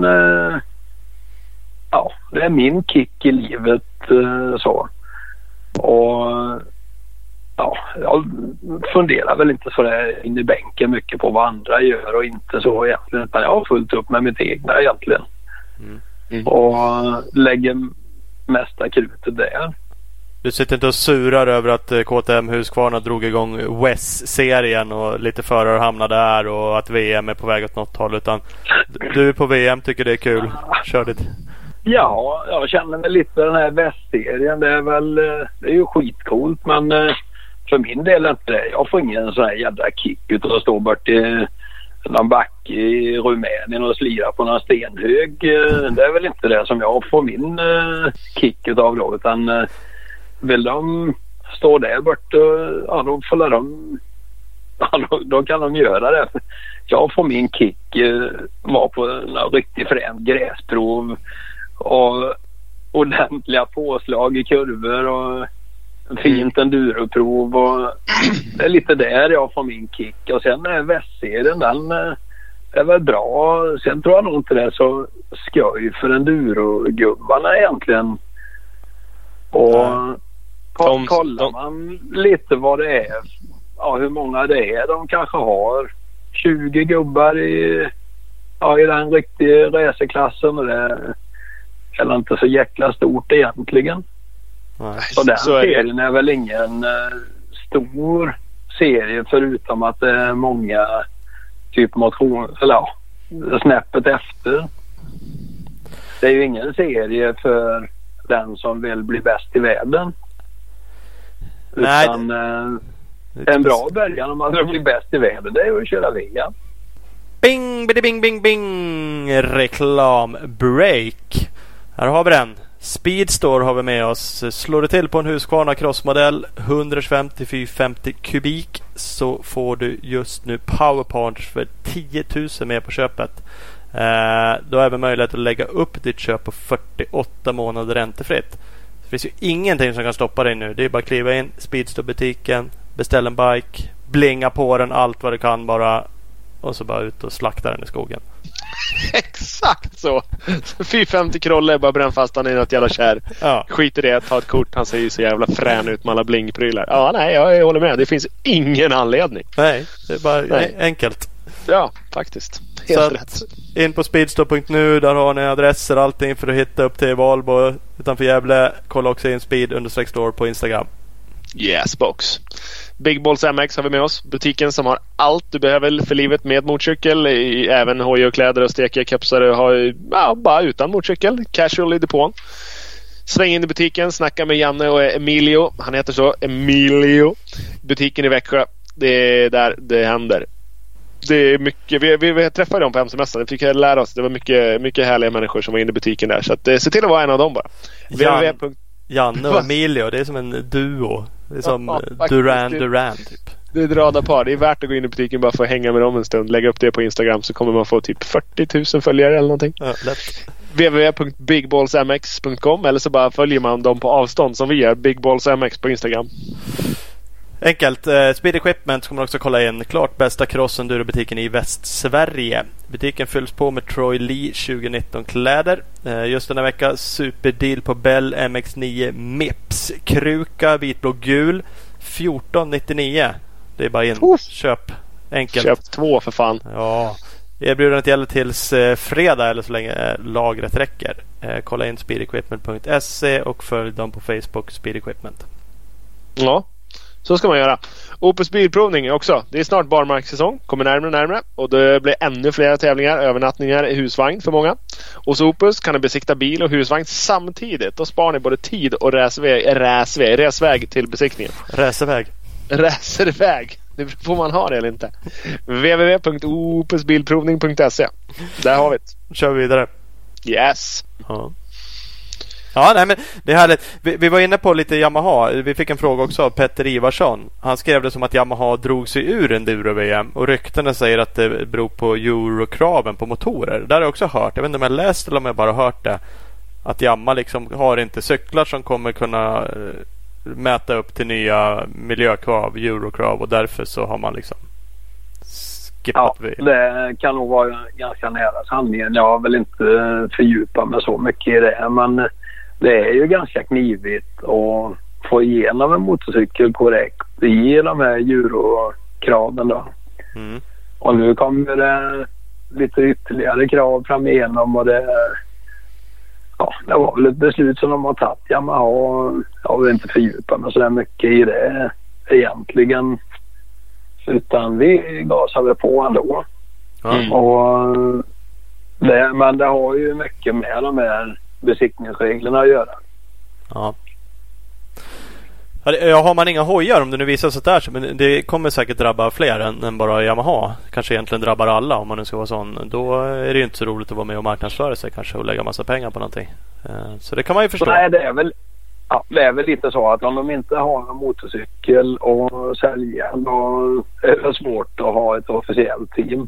min kick i livet så. Och jag funderar väl inte så där in i bänken mycket på vad andra gör och inte så egentligen, utan jag har fullt upp med mitt egna egentligen. Och lägger mesta krutet där. Du sitter inte och surar över att KTM Husqvarna drog igång WES-serien och lite förare hamnar där och att VM är på väg åt något håll, utan du är på VM, tycker det är kul. Kör det. Ja, jag känner mig lite den här västserien. Det är ju skitcoolt, men för min del är inte det. Jag får ingen sån här jävla kick ut och stå bort i någon back i Rumänien och slira på någon stenhög. Det är väl inte det som jag får min kick av då, utan vill de stå där borta, ja, då får de, ja, då kan de göra det. Jag får min kick var på en riktigt frän gräsprov och ordentliga påslag i kurvor och fint enduroprov, och det är lite där jag får min kick. Och sen är västserien, den är väl bra. Sen tror jag nog inte det är så skoj för endurogubbarna egentligen. Och kollar man lite vad det är, ja, hur många det är, de kanske har 20 gubbar i den riktiga racerklassen, och det är inte så jäkla stort egentligen. Nej. Så den serien är väl ingen stor serie, förutom att det är många typ motion, eller ja, snäppet efter. Det är ju ingen serie för den som vill bli bäst i världen. Nej. Utan en bra början om man vill bli bäst i världen, det är ju att köra vegan. Bing, bing, bing, bing. Reklam break. Här har vi den. Speedstore har vi med oss. Slår du till på en Husqvarna crossmodell 125-450 kubik så får du just nu Powerparts för 10 000 mer på köpet. Då har även möjlighet att lägga upp ditt köp på 48 månader räntefritt. Det finns ju ingenting som kan stoppa dig nu. Det är bara att kliva in Speedstore-butiken, beställa en bike, blinga på den allt vad du kan bara, och så bara ut och slakta den i skogen. Exakt så. 450 krolle, bara bränn fast han i något jävla kär. Ja. Skit i det, ta ett kort. Han ser ju så jävla frän ut med alla blingprylar. Ja, nej, jag håller med. Det finns ingen anledning. Nej, det är bara enkelt. Ja, faktiskt. Helt rätt. In på speedstore.nu, där har ni adresser och allting för att hitta upp till Valbo utanför Gävle. Kolla också in speed_store på Instagram. Yes, box. Big Balls MX har vi med oss. Butiken som har allt du behöver för livet med motorcykel. Även hoj och kläder och stekiga kepsar. Har bara utan motorcykel. Casual i depån. Sväng in i butiken, snacka med Janne och Emilio. Han heter så, Emilio. Butiken i Växjö. Det är där det händer. Det är mycket, vi träffade dem på hemsemestern. Vi fick lära oss. Det var mycket härliga människor som var inne i butiken där. Så att, se till att vara en av dem bara. Janne och Emilio, det är som en duo. Det är som Duran typ. Det är ett radarpar. Det är värt att gå in i butiken bara för att hänga med dem en stund. Lägga upp det på Instagram så kommer man få typ 40 000 följare eller någonting. Ja, lätt. www.bigballsmx.com, eller så bara följer man dem på avstånd som vi gör. Bigballsmx på Instagram. Enkelt. Speed Equipment kommer också kolla in. Klart bästa cross-enduro-butiken i Västsverige. Butiken fylls på med Troy Lee 2019-kläder. Just den här veckan superdeal på Bell MX9 Mips. Kruka, vitblå, gul. 14,99. Det är bara in. Köp. Enkelt. Köp 2 för fan. Ja. Erbjudandet gäller tills fredag eller så länge lagret räcker. Kolla in speedequipment.se och följ dem på Facebook, Speed Equipment. Ja. Så ska man göra. Opus bilprovning också. Det är snart barmarkssäsong. Kommer närmare och närmare. Och det blir ännu fler tävlingar, övernattningar i husvagn för många. Och så Opus kan du besikta bil och husvagn samtidigt. Då sparar ni både tid och resväg till besiktningen. Racerväg. Det får man ha det eller inte. www.opusbilprovning.se. Där har vi det. Kör vi vidare. Yes. Ja, nej, men det är härligt. Vi var inne på lite Yamaha. Vi fick en fråga också av Petter Ivarsson. Han skrev det som att Yamaha drog sig ur enduro-VM. Och ryktena säger att det beror på eurokraven på motorer. Det har jag också hört. Jag vet inte om jag läst eller om jag bara hört det. Att Yamaha liksom har inte cyklar som kommer kunna mäta upp till nya miljökrav, eurokrav. Och därför så har man liksom skippat det kan nog vara ganska nära sanningen. Jag har väl inte fördjupat mig så mycket i det. Men det är ju ganska knivigt att få igenom en motorcykel korrekt i de här eurokraven då. Mm. Och nu kommer det lite ytterligare krav fram igenom, och det var väl ett beslut som de har tagit. Jag vill inte fördjupa mig så där mycket i det egentligen, utan vi gasade på ändå. Och men det har ju mycket med de här besiktningsreglerna att göra. Ja. Har man inga hojar, om det nu visar sig där, men det kommer säkert drabba fler än bara Yamaha. Kanske egentligen drabbar alla, om man nu ska vara sån. Då är det ju inte så roligt att vara med och marknadsföra sig kanske och lägga massa pengar på någonting. Så det kan man ju förstå. Nej, det är väl lite så att om de inte har en motorcykel och sälja, då är det svårt att ha ett officiellt team.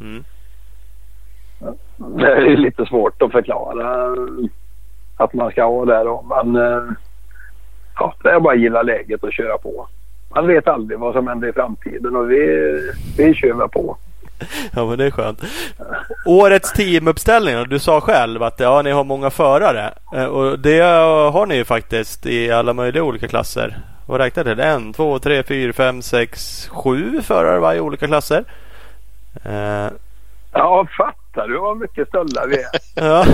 Det är lite svårt att förklara att man ska ha det då. Men det är bara att gilla läget och köra på. Man vet aldrig vad som händer i framtiden och vi kör på. Ja, men det är skönt. Årets teamuppställning, du sa själv att ni har många förare. Och det har ni ju faktiskt i alla möjliga olika klasser. Vad räknar det? 1, 2, 3, 4, 5, 6, 7 förare varje olika klasser. Ja, fattar du vad mycket stöllar vi är? Ja.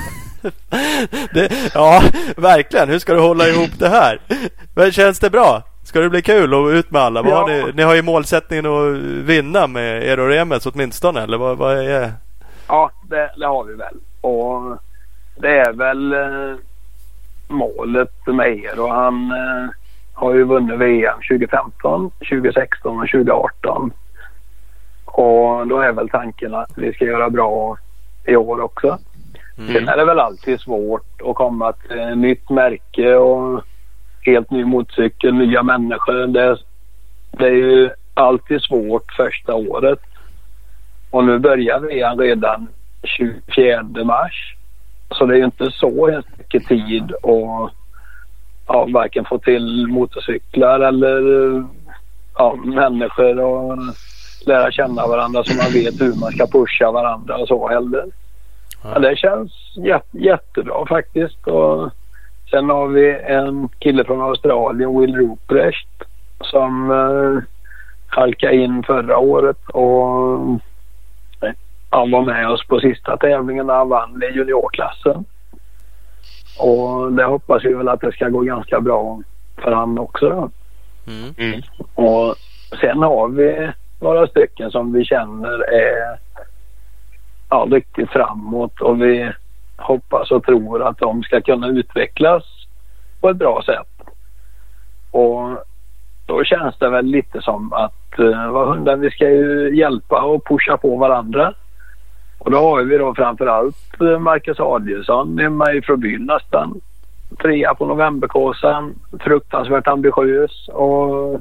Ja, verkligen. Hur ska du hålla ihop det här? Men känns det bra? Ska det bli kul och ut med alla? Ja. Ni har ju målsättningen att vinna med er och Remes åtminstone, eller vad är? Ja, det har vi väl. Och det är väl målet med er. Och han har ju vunnit VM 2015, 2016 och 2018. Och då är väl tanken att vi ska göra bra i år också. Sen är det väl alltid svårt att komma till ett nytt märke och helt ny motorcykel, nya människor. Det är ju alltid svårt första året. Och nu börjar vi redan 24 mars. Så det är ju inte så mycket tid att varken få till motorcyklar eller människor och lära känna varandra så man vet hur man ska pusha varandra och så heller. Ja, det känns jättebra faktiskt. Och sen har vi en kille från Australien, Will Ruprecht, som halkade in förra året och han var med oss på sista tävlingen när han vann i juniorklassen. Och det hoppas vi väl att det ska gå ganska bra för han också då. Och sen har vi några stycken som vi känner är riktigt framåt och vi hoppas och tror att de ska kunna utvecklas på ett bra sätt. Och då känns det väl lite som att vi ska ju hjälpa och pusha på varandra. Och då har vi då framförallt Marcus Adielsson, är med ifrån byn nästan. 3 på novemberkåsan, fruktansvärt ambitiös och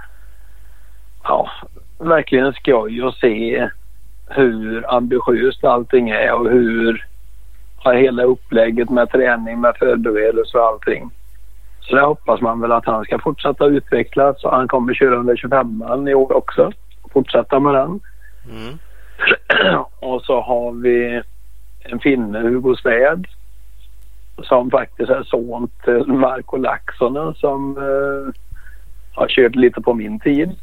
verkligen skoj att se hur ambitiöst allting är och hur hela upplägget med träning, med förberedelse och allting. Så det hoppas man väl att han ska fortsätta utvecklas och han kommer köra under 25an i år också. Fortsätta med den. Och så har vi en finne, Hugo Svärd, som faktiskt är son till Marko Laaksonen som har kört lite på min tid.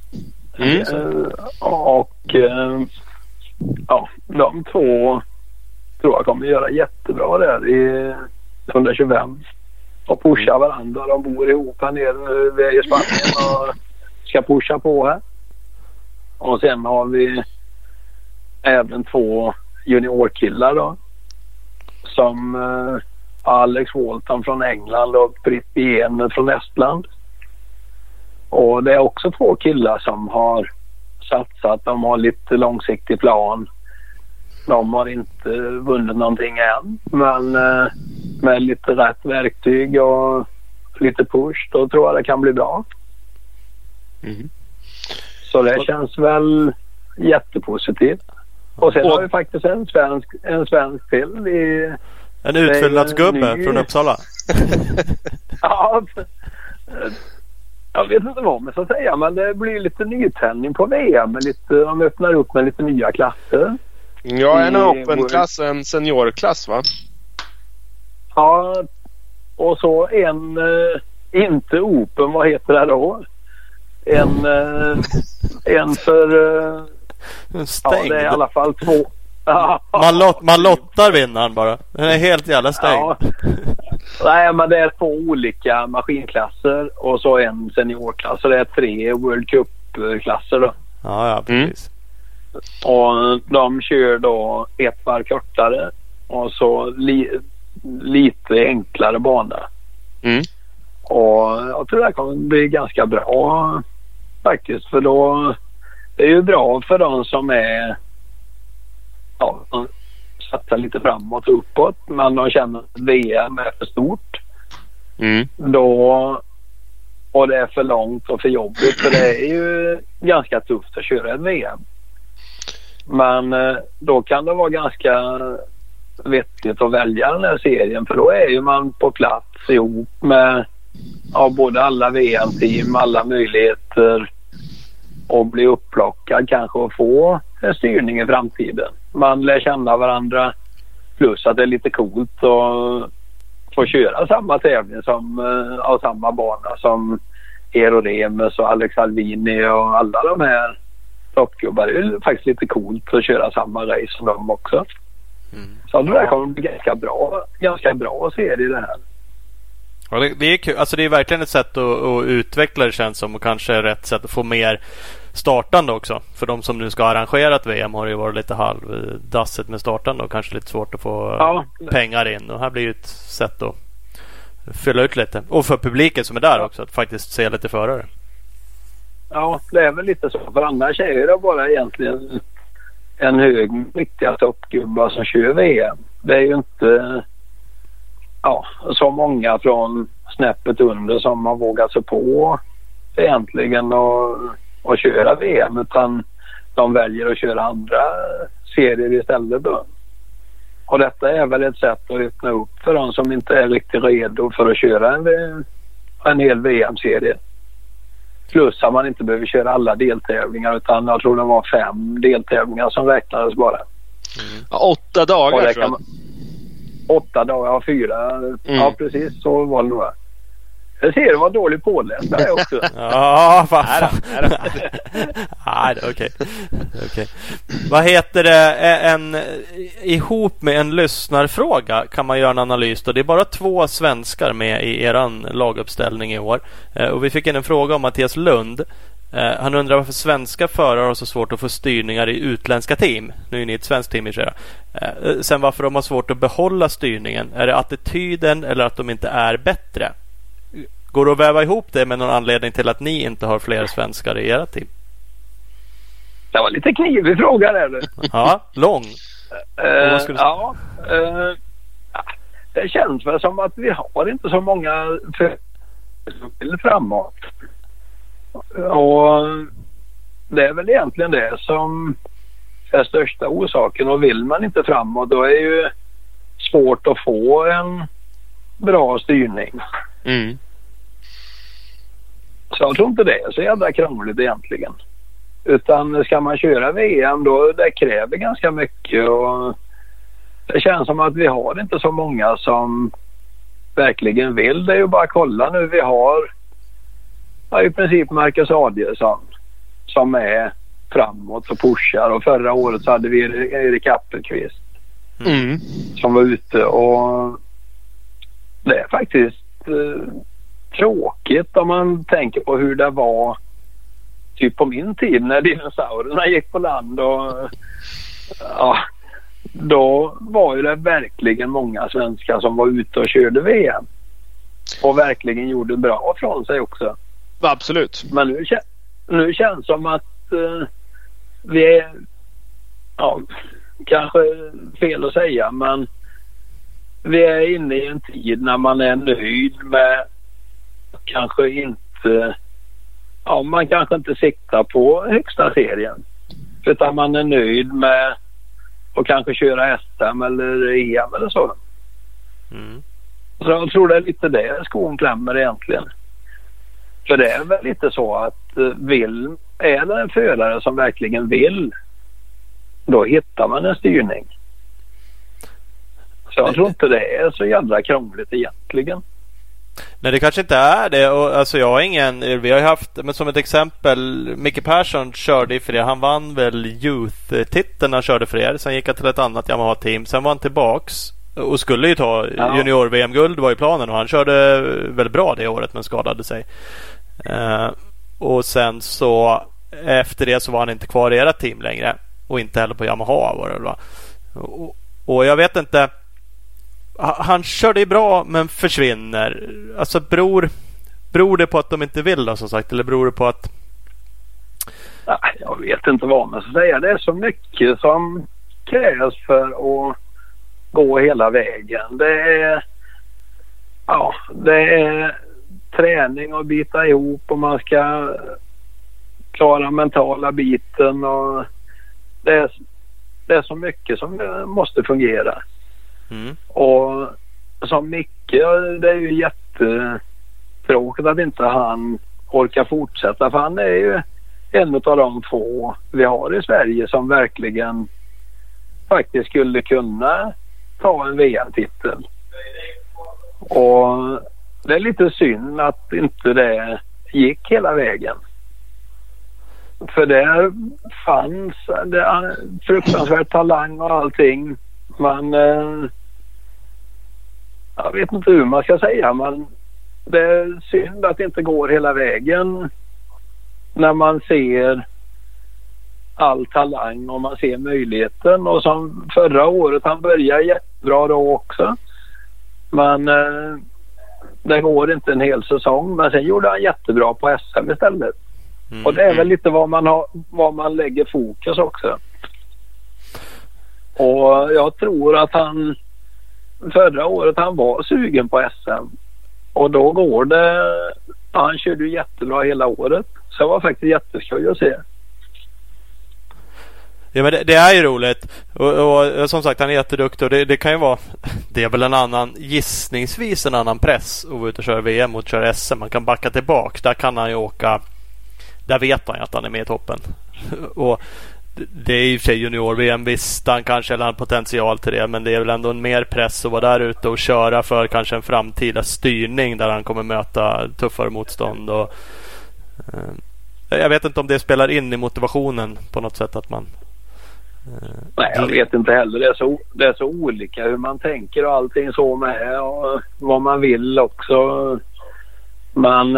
De två tror jag kommer göra jättebra där i 125 och pusha varandra. De bor ihop här nere i Spanien och ska pusha på här. Och sen har vi även 2 juniorkillar då, som Alex Walton från England och Britt Bien från Estland. Och det är också 2 killar som har satsat. De har lite långsiktig plan. De har inte vunnit någonting än, men med lite rätt verktyg och lite push, då tror jag det kan bli bra. Så det känns väl jättepositivt. Och sen har vi faktiskt en svensk till i en utfyllnadsgubbe från Uppsala. Ja, jag vet inte vad man ska säga, men det blir lite nytändning på VM. De öppnar upp med lite nya klasser. Ja, en open-klass och en seniorklass, va? Ja, och så en inte open, vad heter det då? En för stängd. det är i alla fall 2. Man lottar vinnaren bara. Den är helt jävla stängd. Ja. Nej, men det är 2 olika maskinklasser och så en seniorklass. Så det är 3 World Cup-klasser då. Ja, precis. Och de kör då ett varv kortare och så lite enklare bana. Och jag tror det kommer bli ganska bra faktiskt, för då det är ju bra för de som är satsar lite framåt och uppåt, men de känner att VM är för stort. Då, och det är för långt och för jobbigt, för det är ju ganska tufft att köra ett VM. Men då kan det vara ganska vettigt att välja den här serien, för då är ju man på plats ihop med både alla VM-team, alla möjligheter att bli upplockad kanske och få en styrning i framtiden. Man lär känna varandra, plus att det är lite coolt att få köra samma tävling som av samma bana som Eero Remes och Alex Alvini och alla de här toppgubbar. Det är faktiskt lite coolt att köra samma race som de också. Så det där kommer bli ganska bra serie det här. Ja, det är kul. Alltså det är verkligen ett sätt att utveckla det, känns som, och kanske rätt sätt att få mer startande också. För de som nu ska arrangera ett VM har det ju varit lite halvdassigt med startande och kanske lite svårt att få pengar in. Och här blir ju ett sätt att fylla ut lite. Och för publiken som är där också, att faktiskt se lite förare. Ja, det är väl lite så. För annars är det bara egentligen en hög riktiga toppgubbar som kör VM. Det är ju inte så många från snäppet under som har vågat sig på egentligen och köra VM, utan de väljer att köra andra serier istället då. Och detta är väl ett sätt att öppna upp för de som inte är riktigt redo för att köra en hel VM-serie. Plus att man inte behöver köra alla deltävlingar, utan jag tror det var 5 deltävlingar som räknades bara. 8 dagar tror jag. 8 dagar, 4. Ja, precis så var det nog. Jag ser det var dåligt påläst där också. Ja, fan. Nej, okej. Vad heter det? Ihop med en lyssnarfråga kan man göra en analys då. Det är bara 2 svenskar med i eran laguppställning i år. Och vi fick in en fråga om Mattias Lund. Han undrar varför svenska förare har så svårt att få styrningar i utländska team. Nu är ni ett svenskt team i sig. Sen varför de har svårt att behålla styrningen. Är det attityden eller att de inte är bättre? Går det att väva ihop det med någon anledning till att ni inte har fler svenskar i era team? Det var lite knivig fråga där. Ja, lång. Det känns väl som att vi har inte så många framåt. Och det är väl egentligen det som är största orsaken. Och vill man inte framåt, då är det ju svårt att få en bra styrning. Så jag tror inte det är så jävla krångligt egentligen. Utan ska man köra VM då, det kräver ganska mycket, och det känns som att vi har inte så många som verkligen vill. Det är ju bara att kolla nu. Vi har i princip Marcus Adielsson som är framåt och pushar, och förra året så hade vi Erik Appelqvist som var ute, och det är faktiskt tråkigt om man tänker på hur det var typ på min tid när dinosaurierna gick på land, och då var ju det verkligen många svenskar som var ute och körde VM och verkligen gjorde bra från sig också. Absolut. Men nu känns det som att vi är kanske fel att säga, men vi är inne i en tid när man är nöjd med kanske inte man kanske inte siktar på högsta serien, utan man är nöjd med att kanske köra SM eller EM eller så. Så jag tror det är lite det skon klämmer egentligen. För det är väl lite så att är det en förare som verkligen vill, då hittar man en styrning. Så jag tror inte det är så jävla krångligt egentligen. Nej, det kanske inte är det. Och, alltså, jag har vi har ju haft, men som ett exempel, Micke Persson körde för er. Han vann väl Youth-titeln, han körde för er. Sen gick han till ett annat Yamaha-team. Sen var han tillbaks och skulle ju ta junior-VM-guld, var i planen. Och han körde väldigt bra det året, men skadade sig. Och sen så efter det så var han inte kvar i era team längre. Och inte heller på Yamaha var det, va? Och jag vet inte. Han körde ju bra men försvinner. Alltså Beror det på att de inte vill då, som sagt, eller beror det på att... Nej, jag vet inte vad man ska säga. Det är så mycket som krävs för att gå hela vägen. Det är träning och bita ihop och man ska klara mentala biten och det är så mycket som måste fungera. Och som Micke, det är ju jättetråkigt att inte han orkar fortsätta, för han är ju en av de få vi har i Sverige som verkligen faktiskt skulle kunna ta en VM-titel. Och det är lite synd att inte det gick hela vägen. För det fanns fruktansvärt talang och allting. Men jag vet inte hur man ska säga, men det är synd att det inte går hela vägen när man ser all talang och man ser möjligheten. Och som förra året, han började jättebra då också. Men det går inte en hel säsong. Men sen gjorde han jättebra på SM istället. Och det är väl lite vad man lägger fokus också. Och jag tror att han förra året han var sugen på SM. Och då går det... Han körde ju jättebra hela året. Så det var faktiskt jätteskoj att se. Ja, men det är ju roligt. Och som sagt, han är jätteduktig. Och det kan ju vara... Det är väl gissningsvis en annan press att gå ut och köra VM och köra SM. Man kan backa tillbaka. Där kan han ju åka... Där vet man ju att han är med i toppen. Och det är ju för sig junior-VM. Visst, han kanske har potential till det. Men det är väl ändå en mer press att vara där ute och köra för kanske en framtida styrning där han kommer möta tuffare motstånd. Och, jag vet inte om det spelar in i motivationen på något sätt att man... Nej, jag vet inte heller. Det är så olika hur man tänker och allting så med. Och vad man vill också. Men...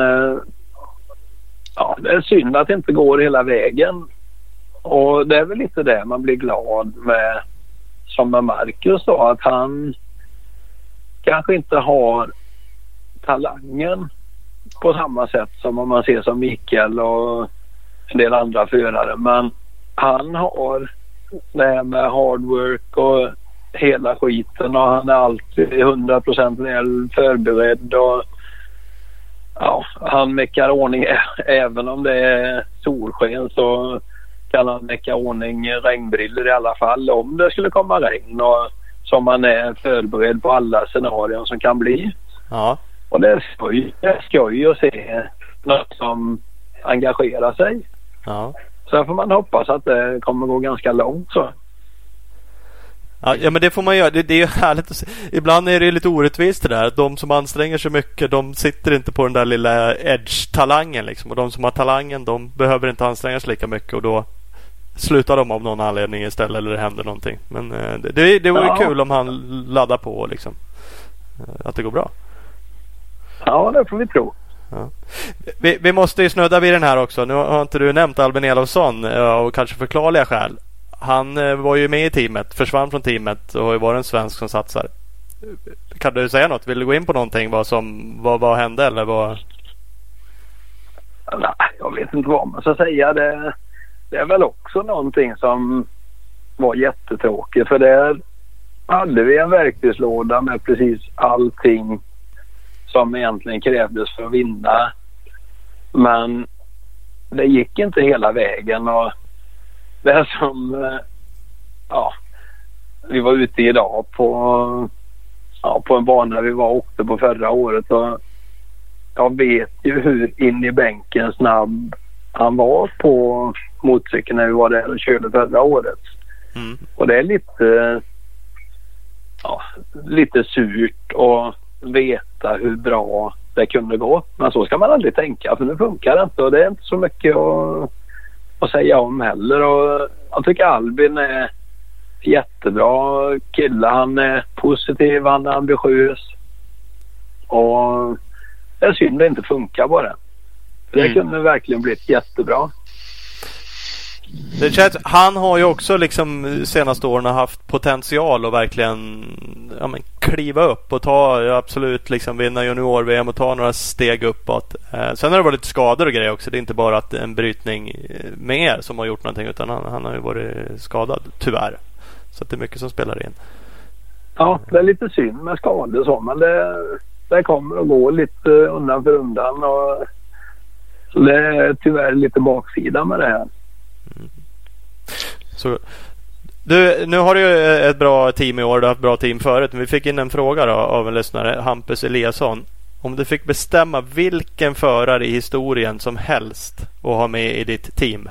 Ja, det är synd att det inte går hela vägen. Och det är väl lite det man blir glad med, som med Marcus då, att han kanske inte har talangen på samma sätt som om man ser som Mikael och en del andra förare. Men han har det här med hard work och hela skiten, och han är alltid 100% väl förberedd och ja, han mäckar ordning. Även om det är solsken så kan han mäcka ordning regnbriller i alla fall om det skulle komma regn, och som man är förberedd på alla scenarion som kan bli. Ja. Och det är skoj att se något som engagerar sig. Ja. Så får man hoppas att det kommer gå ganska långt så. Ja, men det får man göra. Det är ju härligt att se. Ibland är det lite orättvist det där. De som anstränger sig mycket, de sitter inte på den där lilla edge-talangen liksom. Och de som har talangen, de behöver inte anstränga sig lika mycket. Och då slutar de av någon anledning istället, eller det händer någonting. Men det vore kul om han laddar på liksom. Att det går bra. Ja, det får vi tro. Ja. Vi måste ju snudda vid den här också. Nu har inte du nämnt Albin Elofsson av kanske förklarliga skäl. Han var ju med i teamet, försvann från teamet och var en svensk som satsar. Kan du säga något? Vill du gå in på någonting? Vad hände? Eller vad? Nej, jag vet inte vad man ska säga. Det är väl också någonting som var jättetråkigt. För där hade vi en verktygslåda med precis allting som egentligen krävdes för att vinna. Men det gick inte hela vägen, och det är som vi var ute idag på en bana vi åkte på förra året, och jag vet ju hur in i bänken snabb han var på motorcykeln när vi var där och körde förra året. Och det är lite surt att veta hur bra det kunde gå, men så ska man aldrig tänka, för nu funkar det inte, och det är inte så mycket att säga om heller. Och jag tycker Albin är jättebra kille. Han är positiv, han är ambitiös, och det är synd det inte funkar bara. Det kunde verkligen blivit jättebra. Det känns, han har ju också liksom senaste åren haft potential att verkligen kliva upp och ta absolut liksom vinna junior-VM och ta några steg uppåt. Sen har det varit lite skador och grejer också. Det är inte bara att en brytning med er som har gjort någonting, utan han har ju varit skadad tyvärr. Så att det är mycket som spelar in. Ja, det är lite synd med skador så, men det kommer att gå lite undan för undan, och så det är tyvärr lite baksida med det här. Så, nu har du ju ett bra team i år, du har haft bra team förut, men vi fick in en fråga då, av en lyssnare, Hampus Eliasson. Om du fick bestämma vilken förare i historien som helst att ha med i ditt team,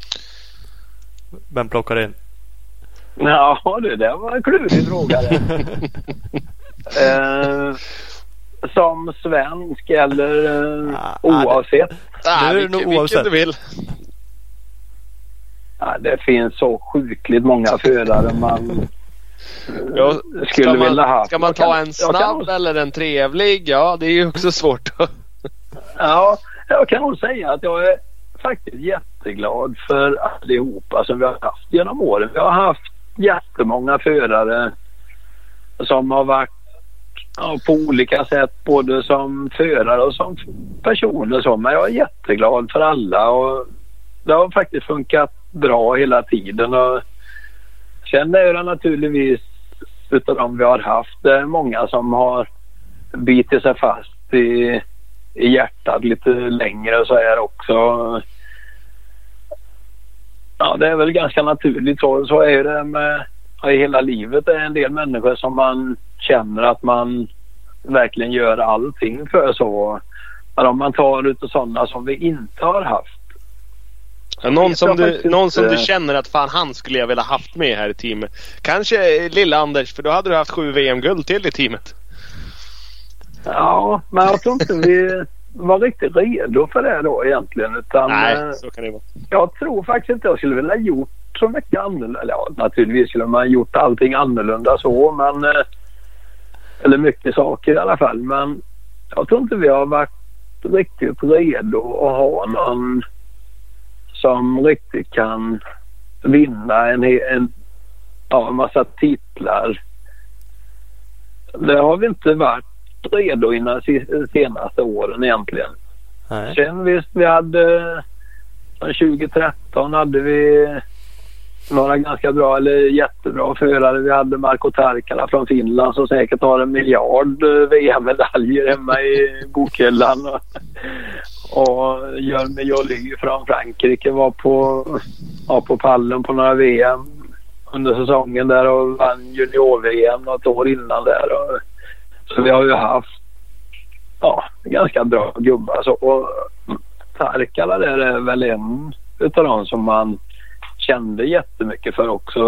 vem plockar in? Ja, det var en klurig fråga. Som svensk eller oavsett? Vilken du vill. Ja, det finns så sjukligt många förare man skulle vilja ha. Ska man ta en snabb eller en trevlig? Ja, det är ju också svårt. Ja, jag kan nog säga att jag är faktiskt jätteglad för allihopa som vi har haft genom åren. Vi har haft jättemånga förare som har varit på olika sätt, både som förare och som personer. Så. Men jag är jätteglad för alla, och det har faktiskt funkat bra hela tiden. Och sen är det naturligtvis utav dem vi har haft, det är många som har bitit sig fast i hjärtat lite längre, och så är det också. Ja, det är väl ganska naturligt så är det med i hela livet. Det är en del människor som man känner att man verkligen gör allting för, så. Men om man tar ut sådana som vi inte har haft. Ja, någon som du känner att fan, han skulle jag vilja haft med här i teamet. Kanske lilla Anders, för då hade du haft 7 VM-guld till i teamet. Ja, men jag tror inte vi var riktigt redo för det då egentligen. Utan, nej, så kan det vara. Jag tror faktiskt inte jag skulle vilja gjort så mycket annorlunda. Ja, naturligtvis skulle man gjort allting annorlunda så, men eller mycket saker i alla fall. Men jag tror inte vi har varit riktigt redo att ha någon som riktigt kan vinna en massa titlar. Det har vi inte varit redo innan de senaste åren egentligen. Nej. Sen visst, vi hade 2013 hade vi några ganska bra eller jättebra förare. Vi hade Marko Tarkala från Finland som säkert har 1 miljard VM-medaljer hemma i bokhyllan. Och Jörn Joly från Frankrike var på pallen på några VM under säsongen där och vann junior-VM något år innan där. Så vi har ju haft ganska bra gubbar. Och Tarkala där är väl en utav dem som man kände jättemycket för också.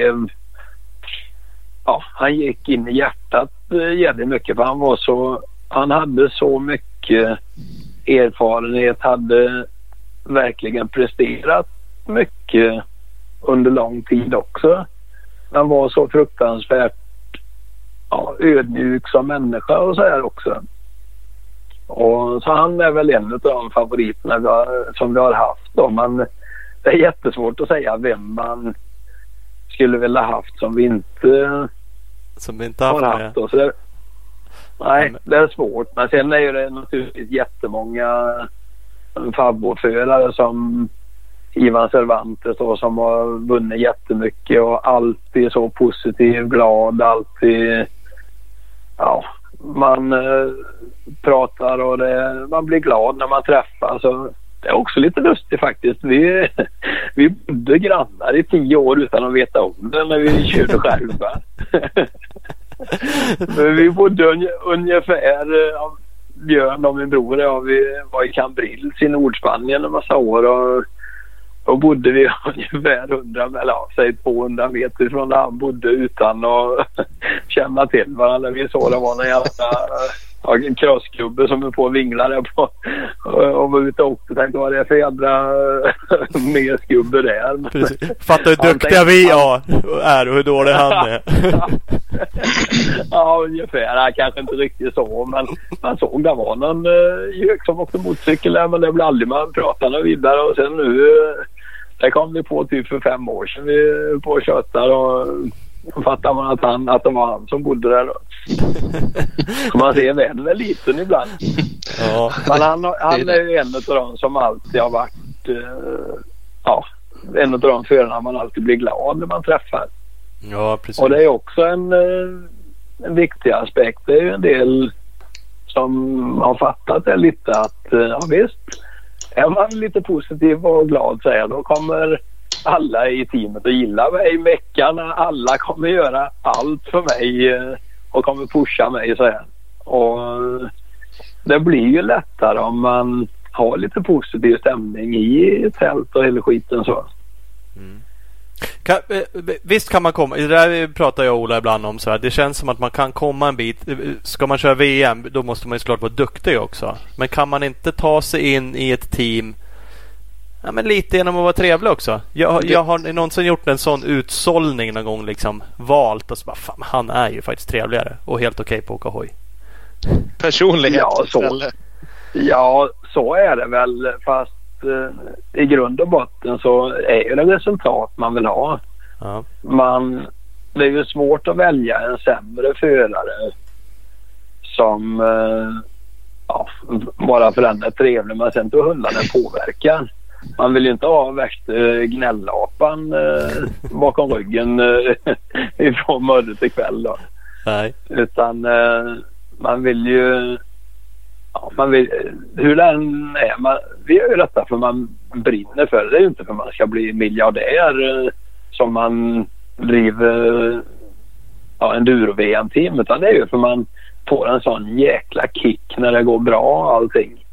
Han gick in i hjärtat jättemycket, för han hade så mycket erfarenhet, hade verkligen presterat mycket under lång tid också. Han var så fruktansvärt ödmjuk som människa och så här också. Och så han är väl en av de favoriterna som vi har haft då. Men det är jättesvårt att säga vem man skulle vilja haft som vi inte har haft då. Så det är svårt. Men sen är det naturligtvis jättemånga favoritförare som Ivan Cervantes då, som har vunnit jättemycket och alltid så positiv, glad, alltid man pratar och man blir glad när man träffas. Så det är också lite lustigt faktiskt. Vi bodde grannar i 10 år utan att veta om det när vi körde själva. Vi bodde ungefär, Björn och min bror vi var i Cambrils i Nordspanien en massa år, och då bodde vi ungefär 200 meter från där han bodde utan att känna till varandra. Vi såg det var en jävla en crossgubbe som är på vinglare på och var ute och åkte. Tänkte vad det är för jädra mesgubbe där. Fattar hur duktiga vi är och hur dålig han är. Ja, ungefär. Kanske inte riktigt så, men man såg det var någon gök som åkte motorcykel där, men det blev aldrig man pratade vidare. Och sen nu Det kom vi på typ för 5 år sedan vi på köttar och fattar man att det var han som bodde där då. Man ser världen är liten ibland. Ja. Men han är ju en av dem som alltid har varit en av de förarna man alltid blir glad när man träffar. Ja, precis. Och det är också en viktig aspekt. Det är ju en del som har fattat det lite att visst, är man lite positiv och glad så här, då kommer alla i teamet att gilla mig i veckan. Alla kommer göra allt för mig och kommer pusha mig så här. Och det blir ju lättare om man har lite positiv stämning i tält och hela skiten så. Mm. Visst kan man komma, det där pratar jag och Ola ibland om så här. Det känns som att man kan komma en bit. Ska man köra VM, då måste man ju såklart vara duktig också. Men kan man inte ta sig in i ett team men lite genom att vara trevlig också? Jag har någonsin gjort en sån utsållning någon gång, liksom valt och så bara, fan, han är ju faktiskt trevligare och helt okej på att åka hoj. Personlighet. Ja, så är det väl, fast i grund och botten så är ju det resultat man vill ha. Ja. Det är ju svårt att välja en sämre förare som bara för den är trevlig, men sen då hundarna påverkar. Man vill ju inte ha värsta gnällapan bakom ryggen ifrån morgon till kväll då. Nej. Utan man vill ju hur den är, vi gör ju detta för man brinner för det. Det är ju inte för man ska bli miljardär som man driver enduro-VM-team, utan det är ju för man får en sån jäkla kick när det går bra allting.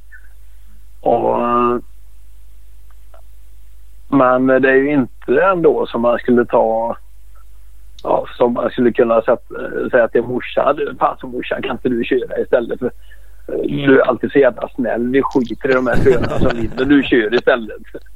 Men det är ju inte ändå som man skulle ta som man skulle kunna säga till morsan, morsan, kan inte du köra istället, för du är alltid så jävla snäll, vi skiter i de här förarna som vinner, du kör istället.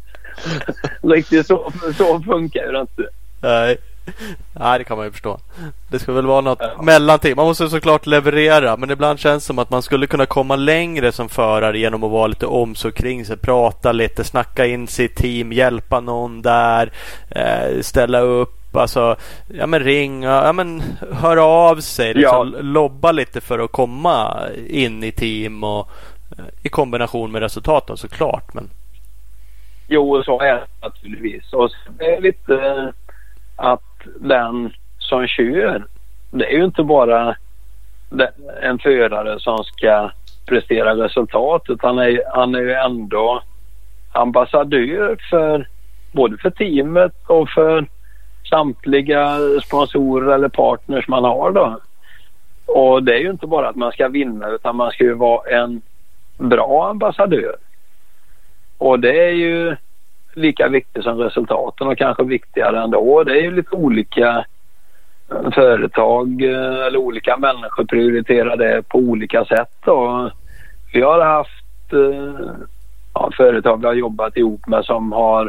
Riktigt så funkar det inte. Nej, det kan man ju förstå. Det ska väl vara något mellanting. Man måste såklart leverera, men ibland känns det som att man skulle kunna komma längre som förare genom att vara lite omsorg kring sig, prata lite, snacka in sitt team, hjälpa någon där, ställa upp, alltså, ringa, höra av sig, liksom, lobba lite för att komma in i team och i kombination med resultaten såklart. Men jo, så är det naturligtvis. Och det är lite att den som kör, det är ju inte bara en förare som ska prestera resultat, utan han är ju ändå ambassadör för både för teamet och för samtliga sponsorer eller partners man har då. Och det är ju inte bara att man ska vinna, utan man ska ju vara en bra ambassadör. Och det är ju lika viktigt som resultaten, och kanske viktigare ändå. Det är ju lite olika företag eller olika människor prioriterar det på olika sätt. Och vi har haft företag vi har jobbat ihop med som har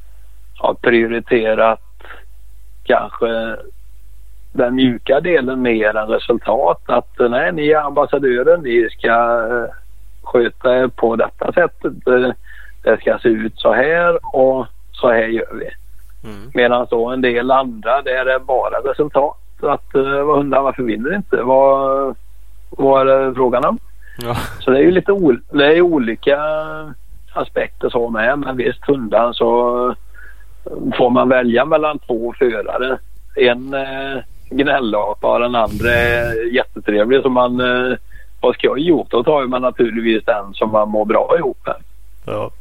prioriterat kanske den mjuka delen mer än resultat. Att nej, ni är ambassadören, ni ska sköta er på detta sättet. Det ska se ut så här och så här gör vi. Medan så en del andra, det är bara resultat. Att varför vinner inte? Vad är det frågan om? Ja. Så det är ju lite det är olika aspekter så med. Men visst, hundan så får man välja mellan 2 förare. En gnällapa och den andra är jättetrevlig, som man vad ska jag ihop? Då tar man naturligtvis den som man mår bra ihop med. Ja.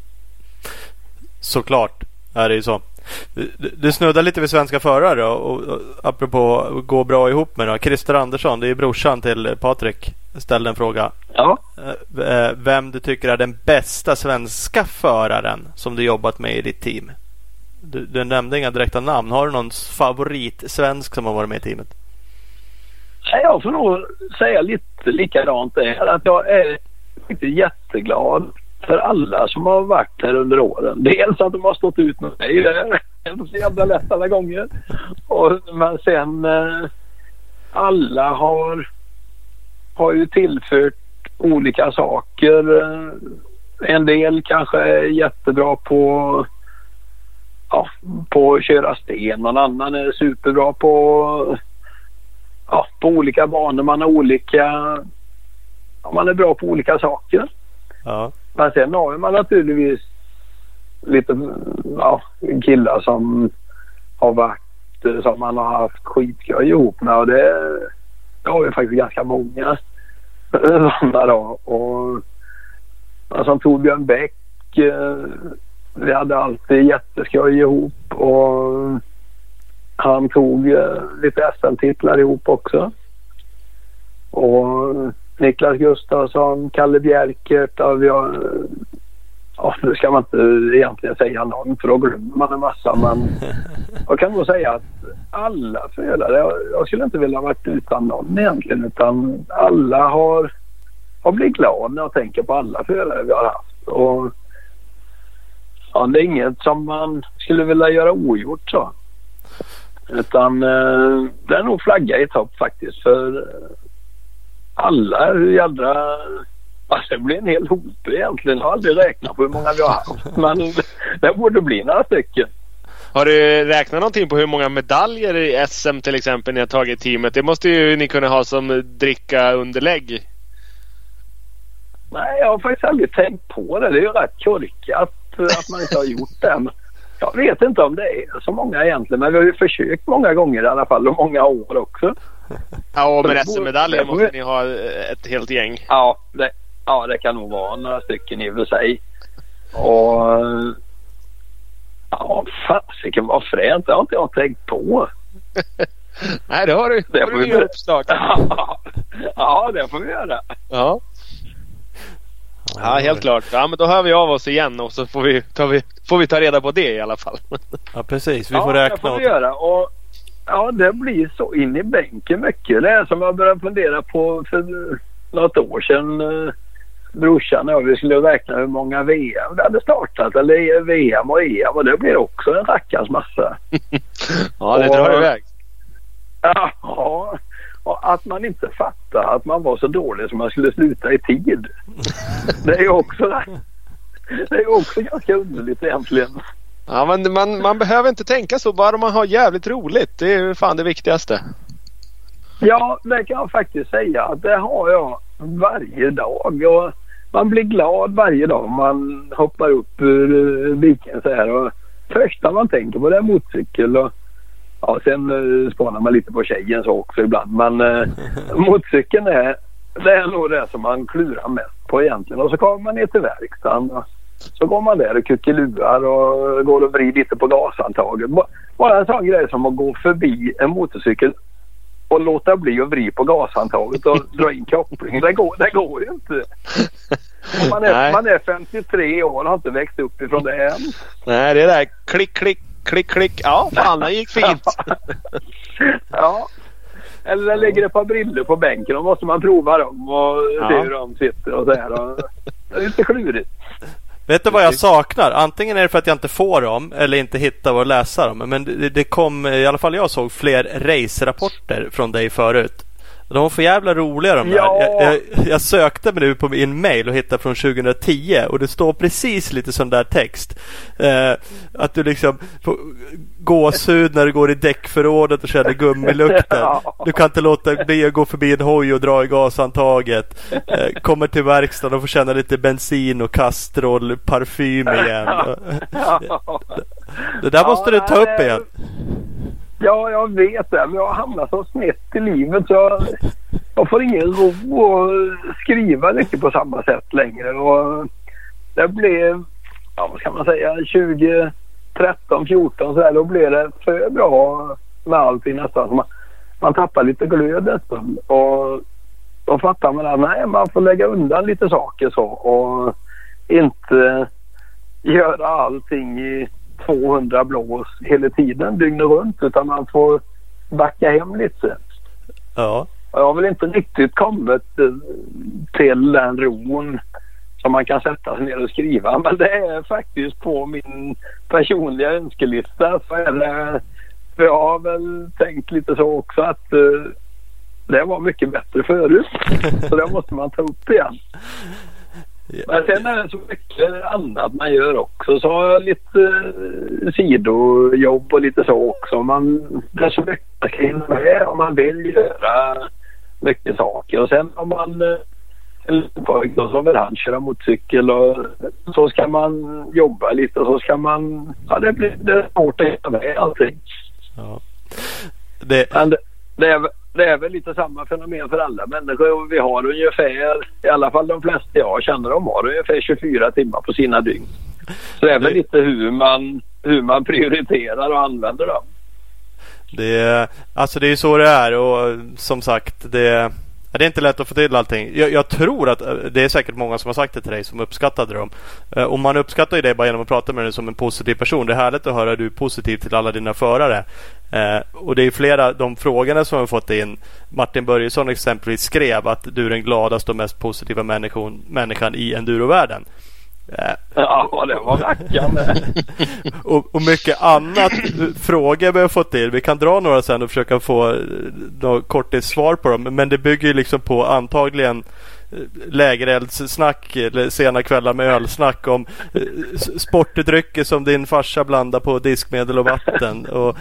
Såklart är det ju så. Du snuddar lite vid svenska förare och apropå att gå bra ihop med då. Christer Andersson, det är brorsan till Patrik, ställde en fråga. Ja. Vem du tycker är den bästa svenska föraren som du jobbat med i ditt team? Du nämnde inga direkta namn. Har du någon favorit svensk som har varit med i teamet? Jag får nog säga lite likadant där, att jag är jätteglad för alla som har varit här under åren. Dels att de har stått ut med mig, det är inte så jävla lätt alla gånger. Men sen alla har ju tillfört olika saker. En del kanske är jättebra på på att köra sten. Någon annan är superbra på olika banor. Man har olika... man är bra på olika saker. Ja. Men sen har man naturligtvis lite killar som har varit, som man har haft skitgöj ihop med, och det har vi faktiskt ganska många sådana då. Och som Torbjörn Bäck, vi hade alltid jätteskoj ihop, och han tog lite SM-titlar ihop också. Och Niklas Gustafsson, Kalle Bjerkert, nu ska man inte egentligen säga någon, för då glömmer man en massa, men jag kan nog säga att alla förare, jag skulle inte vilja ha varit utan någon egentligen, utan alla har blivit glada när jag tänker på alla förare vi har haft. Och det är inget som man skulle vilja göra ogjort så, utan det är nog flagga i topp faktiskt, för alla, hur jädra... Alltså det blir en hel hop egentligen. Jag har aldrig räknat på hur många vi har haft, men det borde bli några stycken. Har du räknat någonting på hur många medaljer i SM till exempel ni har tagit i teamet? Det måste ju ni kunna ha som dricka underlägg. Nej, jag har faktiskt aldrig tänkt på det. Det är ju rätt korkat att man inte har gjort det. Men jag vet inte om det är så många egentligen, men vi har ju försökt många gånger i alla fall, och många år också. Ja, och med SM-medaljer måste ni ha ett helt gäng. Ja, det kan nog vara några stycken i och för sig. Och fasiken var fränt. Det har inte jag tänkt på. Nej, det har du. Det får vi göra uppslag. Ja, det får vi göra. Ja, helt klart. Ja, men då hör vi av oss igen, och så får vi ta reda på det i alla fall. Ja, precis. Vi får räkna. Det får vi göra. Och det blir så in i bänken mycket. Det är som jag började fundera på för något år sedan. Brorsan och vi skulle räkna hur många VM det hade startat, eller VM och EM, och det blir också en rackans massa. Ja, det drar iväg. Ja, och att man inte fattar att man var så dålig som man skulle sluta i tid. Det är ju också ganska underligt egentligen. Ja, men man behöver inte tänka så, bara man har jävligt roligt. Det är ju fan det viktigaste. Ja, det kan jag faktiskt säga att det har jag varje dag, och man blir glad varje dag man hoppar upp ur biken så här, och första man tänker på det är motorcykel, och sen spanar man lite på tjejen så också ibland, men motorcykeln det är nog det som man klurar mest på egentligen. Och så kommer man ner till verkstaden, och så går man där och kuckeluar och går och vrider lite på gashandtaget. Bara en sån grej som att gå förbi en motorcykel och låta bli att vrida på gashandtaget och dra in kopplingen. Det går ju inte. Man är 53 år och har inte växt upp ifrån det än. Nej, det är där klick. Ja, fan, det gick fint. Ja. Eller det ligger ett par briller på bänken och måste man prova dem och se hur de sitter och så här. Det är lite klurigt. Vet du vad jag saknar? Antingen är det för att jag inte får dem eller inte hittar och läsa dem. Men det kom, i alla fall jag såg fler race-rapporter från dig förut. De var för jävla roliga de där. Ja. Jag sökte mig nu på min mail och hittade från 2010 och det står precis lite sån där text. Att du liksom gåshud när du går i däckförrådet och känner gummilukten. Ja. Du kan inte låta bli att gå förbi en hoj och dra i gashandtaget. Kommer till verkstaden och får känna lite bensin och kastrol parfym igen. Ja. Det där måste du ta upp igen. Ja, jag vet det. Men jag hamnar så snett i livet så jag får ingen ro att skriva riktigt på samma sätt längre. Och det blev, vad ska man säga, 2013-14 så där, då blev det för bra med allting nästan. Så man tappar lite glöd en stund. Och då fattar man att nej, man får lägga undan lite saker så och inte göra allting i 200 blås hela tiden, dygnet runt, utan man får backa hem lite. Ja. Och jag har väl inte riktigt kommit till den ron som man kan sätta sig ner och skriva, men det är faktiskt på min personliga önskelista. Så är det, för jag har väl tänkt lite så också att det var mycket bättre förut. Så det måste man ta upp igen. Men sen är det så mycket annat man gör också. Så har jag lite sidojobb och lite så också. Det är så mycket kring det om man vill göra mycket saker. Och sen om man så vill han köra motorcykel och så ska man jobba lite och så ska man... Ja, det blir svårt att hitta med allting. Ja. Det är väl lite samma fenomen för alla människor. Vi har ungefär, i alla fall de flesta jag känner dem har ungefär 24 timmar på sina dygn. Så det är väl lite hur man prioriterar och använder dem. Det är ju så det är, och som sagt det är inte lätt att få till allting. Jag tror att det är säkert många som har sagt det till dig som uppskattade dem. Och man uppskattar ju det bara genom att prata med dig som en positiv person. Det är härligt att höra att du är positiv till alla dina förare. Och det är flera de frågorna som har fått in. Martin Börjesson exempelvis skrev att du är den gladaste och mest positiva människan i endurovärlden. Ja, det var rackande. och mycket annat frågor vi har fått till. Vi kan dra några sen och försöka få något kortare svar på dem. Men det bygger ju liksom på antagligen lägereldssnack eller sena kvällar med ölsnack om sportdrycker som din farsa blandar på diskmedel och vatten. Och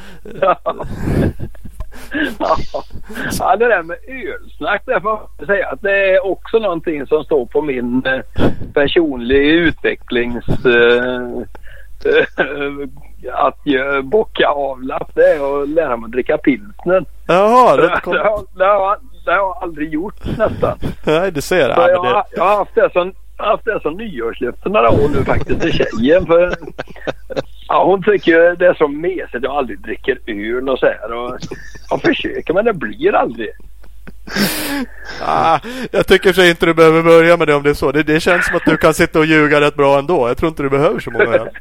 ja, det där med ölsnack, det får jag säga att det är också någonting som står på min personliga utvecklings att bocka avlapp, det är att lära mig att dricka pilsner. Jaha, det har jag aldrig gjort nästan. Nej, du ser det. Jag har haft det som nyårslöfte några år nu faktiskt till tjejen, för hon tycker det är så mesigt. Jag aldrig dricker öl och så här, och jag försöker men det blir aldrig. Jag tycker för inte du behöver börja med det om det är så. Det känns som att du kan sitta och ljuga rätt bra ändå. Jag tror inte du behöver så många öl.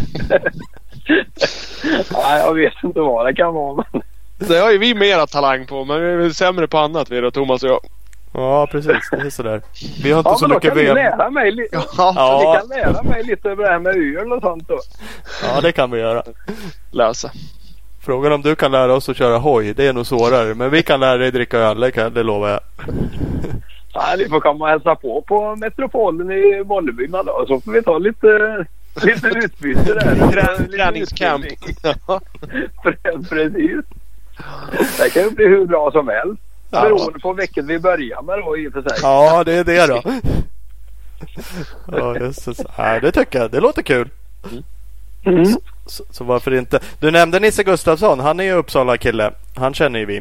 Nej, jag vet inte vad det kan vara, men det har ju vi mera talang på, men vi är sämre på annat, vi då, Thomas och jag. Ja, precis. Det är sådär. Vi har inte så mycket VM. Ni kan lära mig lite över det här med öl och sånt då. Ja, det kan vi göra. Läsa. Frågan om du kan lära oss att köra hoj, det är nog svårare. Men vi kan lära dig dricka öl, det lovar jag. Ja, ni får komma och hälsa på Metropolen i Bollebygden då. Så får vi ta lite utbyte där. Träningscamp. Precis. Det kan ju bli hur bra som helst. Beroende på vilket vi börjar med då, i och för sig. Ja, det är det då. Ja, just det. Ja, det tycker jag. Det låter kul. Så varför inte? Du nämnde Nisse Gustafsson. Han är ju Uppsala kille. Han känner ju vi.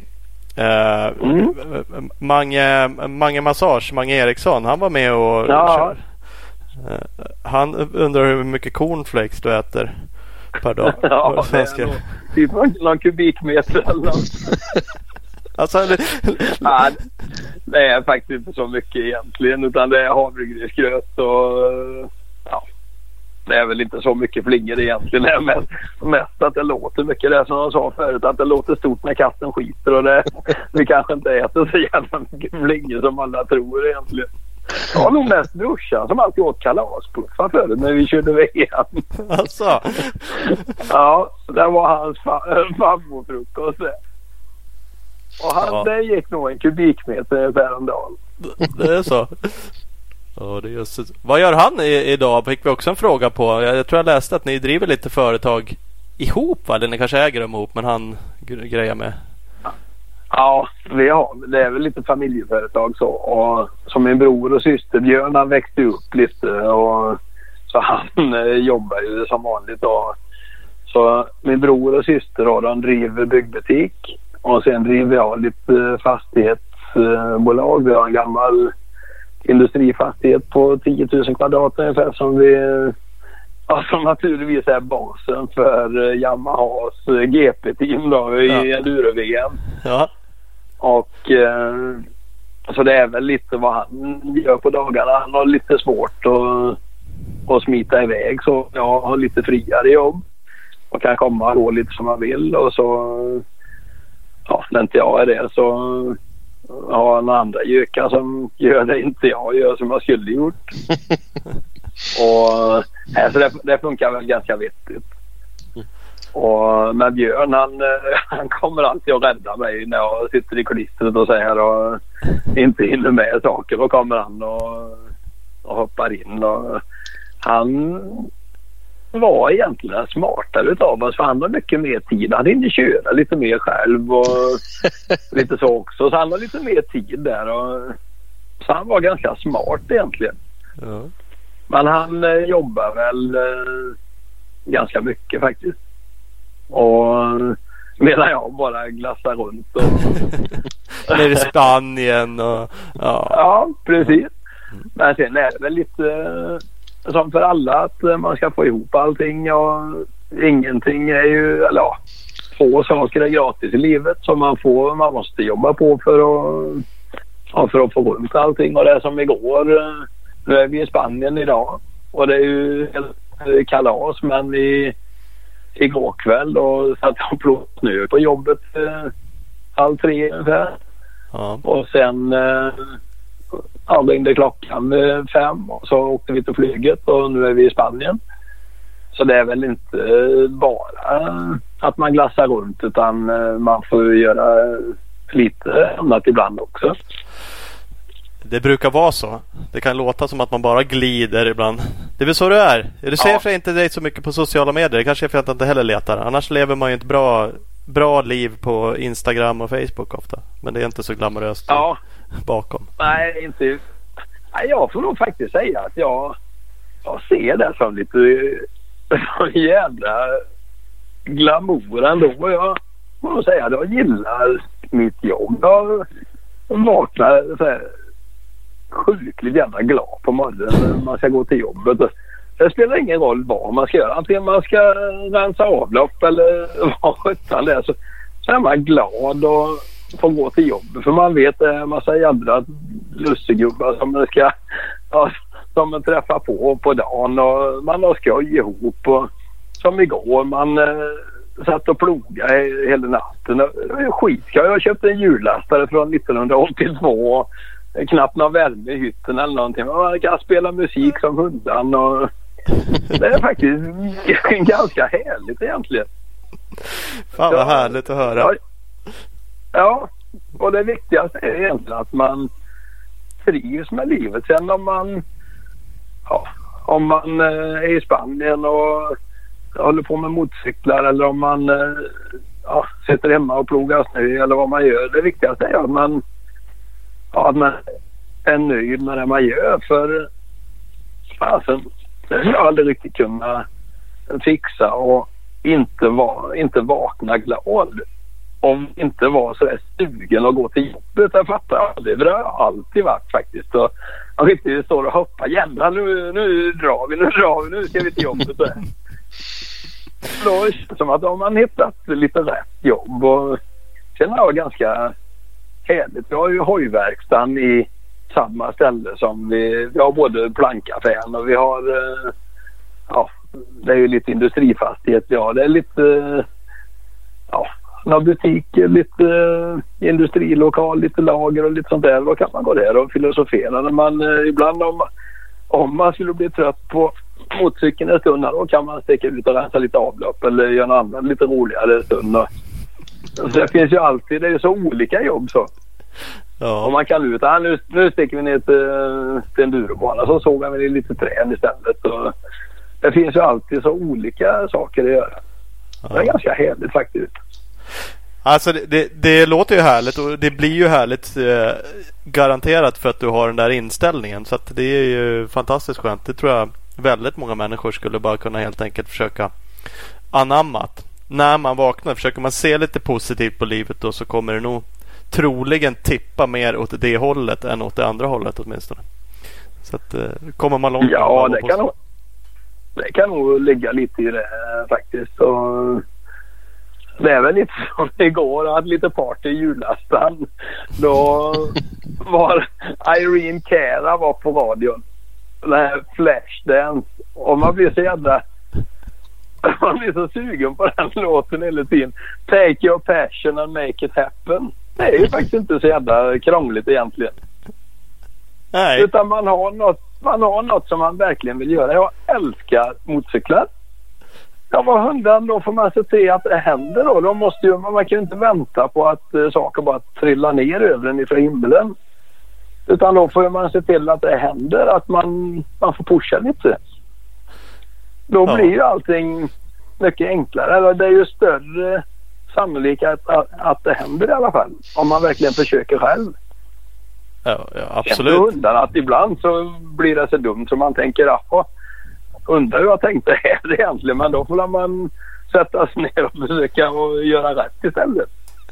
Mange Massage, Mange Eriksson. Han var med och kör. Han undrar hur mycket cornflakes du äter per dag. Ja, det är nog typ någon kubikmeter eller något. Alltså, nej, det är faktiskt inte så mycket egentligen, utan det är havregrynsgröt och det är väl inte så mycket flingor egentligen. Det är mest att det låter mycket, det som jag sa förut, att det låter stort när katten skiter, och vi kanske inte äter så jävla mycket flingor som alla tror egentligen. Det var nog mest brorsan som alltid åt kalaspuffar förut när vi körde VM. Alltså. Ja, det var hans farmorfrukost. Och det gick nog en kubikmeter per en dag. Det är så. Ja, det är just. Vad gör han idag? Fick vi också en fråga på. Jag tror jag läste att ni driver lite företag ihop, va? Eller ni kanske äger dem ihop, men han grejer med. Ja, det är väl lite familjeföretag så. Och som min bror och syster Björn, han växte upp lite, och så han jobbar ju som vanligt då. Så min bror och syster då, de driver byggbutik. Och sen driver jag lite fastighetsbolag. Vi har en gammal industrifastighet på 10 000 kvadrat ungefär som naturligtvis är basen för Yamahas GP-team då i enduro-VM. Ja. Och så det är väl lite vad han gör på dagarna. Han har lite svårt att smita iväg, så jag har lite friare jobb och kan komma och gå lite som man vill, och så när inte jag är det så har jag några andra gökar som gör det inte jag gör som jag skulle gjort. Och så det funkar väl ganska vettigt. Och med Björn, han kommer alltid att rädda mig när jag sitter i klistret och säger och inte hinner med saker. Då kommer han och och hoppar in. Och han var egentligen smartare utav oss, för han har mycket mer tid. Han hinner köra lite mer själv och lite så också. Så han har lite mer tid där. Så han var ganska smart egentligen. Ja. Men han jobbar väl ganska mycket faktiskt. Och medan jag bara glassar runt. Nere i Spanien och... Ja, precis. Men sen är det väl lite som för alla att man ska få ihop allting. Och ingenting är ju... Eller ja, få saker är gratis i livet som man måste jobba på för att få runt allting. Och det är som igår. Nu är vi i Spanien idag. Och det är ju helt kalas, men igår kväll och satt jag och snö på jobbet 2:30 ungefär. Ja. Och sen ringde klockan 5 och så åkte vi till flyget och nu är vi i Spanien. Så det är väl inte bara att man glassar runt, utan man får göra lite annat ibland också. Det brukar vara så. Det kan låta som att man bara glider ibland. Det är väl så det är. Du ser för inte dig så mycket på sociala medier. Det kanske är för att jag inte heller letar. Annars lever man ju ett bra liv på Instagram och Facebook ofta. Men det är inte så glamoröst bakom. Nej, inte. Nej, jag får nog faktiskt säga att jag ser det som lite jävla glamour ändå. Jag får nog säga att jag gillar mitt jobb. Jag vaknar så här sjukligt jävla glad på morgonen när man ska gå till jobbet. Det spelar ingen roll vad man ska göra. Antingen man ska rensa avlopp eller vad sjutton det är, så är man glad och får gå till jobbet. För man vet att det är en massa jävla lussegubbar som man träffar på dagen, och man har skoj ihop. Och som igår, man satt och plogade hela natten. Det är skitskoj. Jag köpte en hjullastare från 1982. Knappt någon värme i hytten eller någonting. Man kan spela musik som hundan, och det är faktiskt ganska härligt egentligen. Fan vad härligt att höra. Ja, och det viktigaste är egentligen att man trivs med livet. Sen om man är i Spanien och håller på med motorcyklar, eller om man sitter hemma och plogar snö eller vad man gör. Det viktigaste är att man är nöjd med det man gör. För fasen, det skulle jag aldrig riktigt kunna fixa och inte vakna glad om inte var så där stugen och gå till jobbet. Jag fattar aldrig. Det har alltid varit faktiskt. Och jag riktigt står och hoppar. Jävlar, nu drar vi. Nu ska vi till jobbet. Då är det som att om man hittat lite rätt jobb. Och sen är jag ganska härligt. Vi har ju hojverkstan i samma ställe som vi har både plankaffären och vi har det är ju lite industrifastighet. Ja, det är lite några butiker, lite industrilokal, lite lager och lite sånt där. Då kan man gå där och filosofera. När man ibland om man skulle bli trött på motorcykeln en stund, då kan man sticka ut och rensa lite avlopp eller göra något annat lite roligare stund. Så det finns ju alltid, det är ju så olika jobb så. Ja. Och man kan ut, nu sticker vi ner till en durobana, så sågar vi lite träd istället. Och det finns ju alltid så olika saker att göra. Ja. Det är ganska härligt faktiskt. Alltså det låter ju härligt, och det blir ju härligt garanterat för att du har den där inställningen. Så att det är ju fantastiskt skönt. Det tror jag väldigt många människor skulle bara kunna helt enkelt försöka anamma. När man vaknar försöker man se lite positivt på livet, och så kommer det nog troligen tippa mer åt det hållet än åt det andra hållet åtminstone. Så att kommer man långt. Ja, det kan nog ligga lite i det faktiskt. Och det är väl lite som igår, jag hade lite party i julafton. Då var Irene Cara var på radion. Den här Flashdance. Och man blir så jävla... Man blir så sugen på den låten hela tiden. Take your passion and make it happen. Det är ju faktiskt inte så jävla krångligt egentligen. Nej. Utan man har något som man verkligen vill göra. Jag älskar motorcyklar. Ja, vad hundan, då får man se till att det händer då. Man kan ju inte vänta på att saker bara trillar ner över den ifrån himlen. Utan då får man se till att det händer, att man får pusha lite. Då blir ju allting mycket enklare. Eller det är ju större sannolikhet att det händer i alla fall. Om man verkligen försöker själv. Ja, absolut. Undan att ibland så blir det så dumt som man tänker, undrar hur jag tänkte här egentligen. Men då får man sätta sig ner och försöka och göra rätt istället.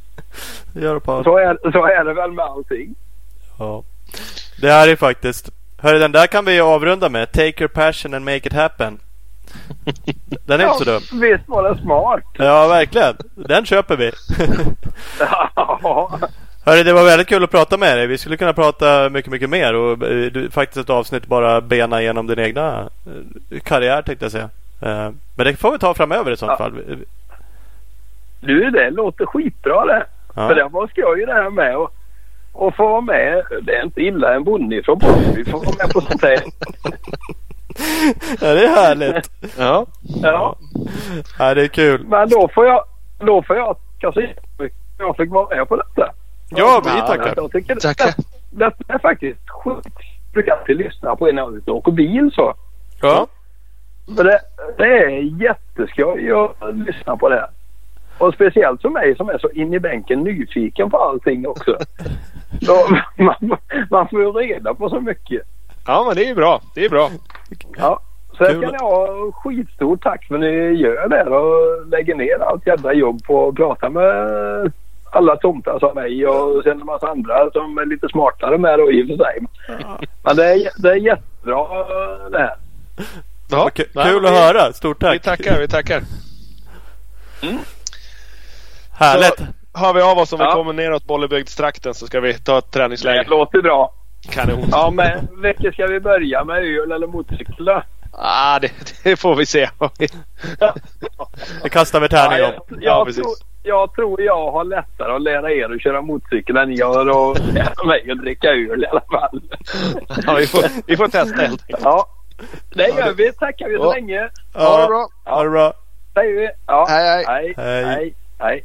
Så är det väl med allting. Ja. Det här är faktiskt... Hörru, den där kan vi avrunda med. Take your passion and make it happen. Den är inte så dum. Visst var det smart. Ja, verkligen. Den köper vi. Ja. Hörru, det var väldigt kul att prata med dig. Vi skulle kunna prata mycket, mycket mer. Och faktiskt ett avsnitt bara bena igenom din egna karriär, tänkte jag säga. Men det får vi ta framöver i sånt fall. Du, det låter skitbra det. Ja. För det var skoj ju det här med och få vara med. Det är inte illa en bonde från Borg. Vi får vara med på sånt här. Ja, det är härligt. Ja. Ja, det är kul. Men då får jag kanske jag fick vara med på detta. Ja, vi tackar. Jag tycker det är faktiskt sjukt. Jag brukar alltid lyssna på en av ut och åker bil så. Ja. Men det är jätteskoj att lyssna på det här. Och speciellt för mig som är så in i bänken nyfiken på allting också. Då, man får ju reda på så mycket. Ja, men det är bra. Det är bra. Ja, så jag kan ha skitstort tack för att ni gör det och lägger ner allt jävla jobb på att prata med alla tomtar som mig och sen en massa andra som är lite smartare med då i och för sig. Men det är jättebra det här. Ja, kul att höra. Stort tack. Vi tackar. Mm. Härligt. Så hör vi av oss om vi kommer neråt Bollebygdstrakten så ska vi ta ett träningsläge. Det låter bra. Kanon. Ja, men vilket ska vi börja med? Öl eller motorcykel då? Det får vi se. Det kastar vi tärning om. Jag tror jag har lättare att lära er att köra motorcykel än jag och lära mig att dricka öl i alla fall. Ja, vi får testa helt enkelt. Ja, det gör vi. Tackar vi så länge. Ha det bra. Ha det bra. Säger vi. Ja. Hej.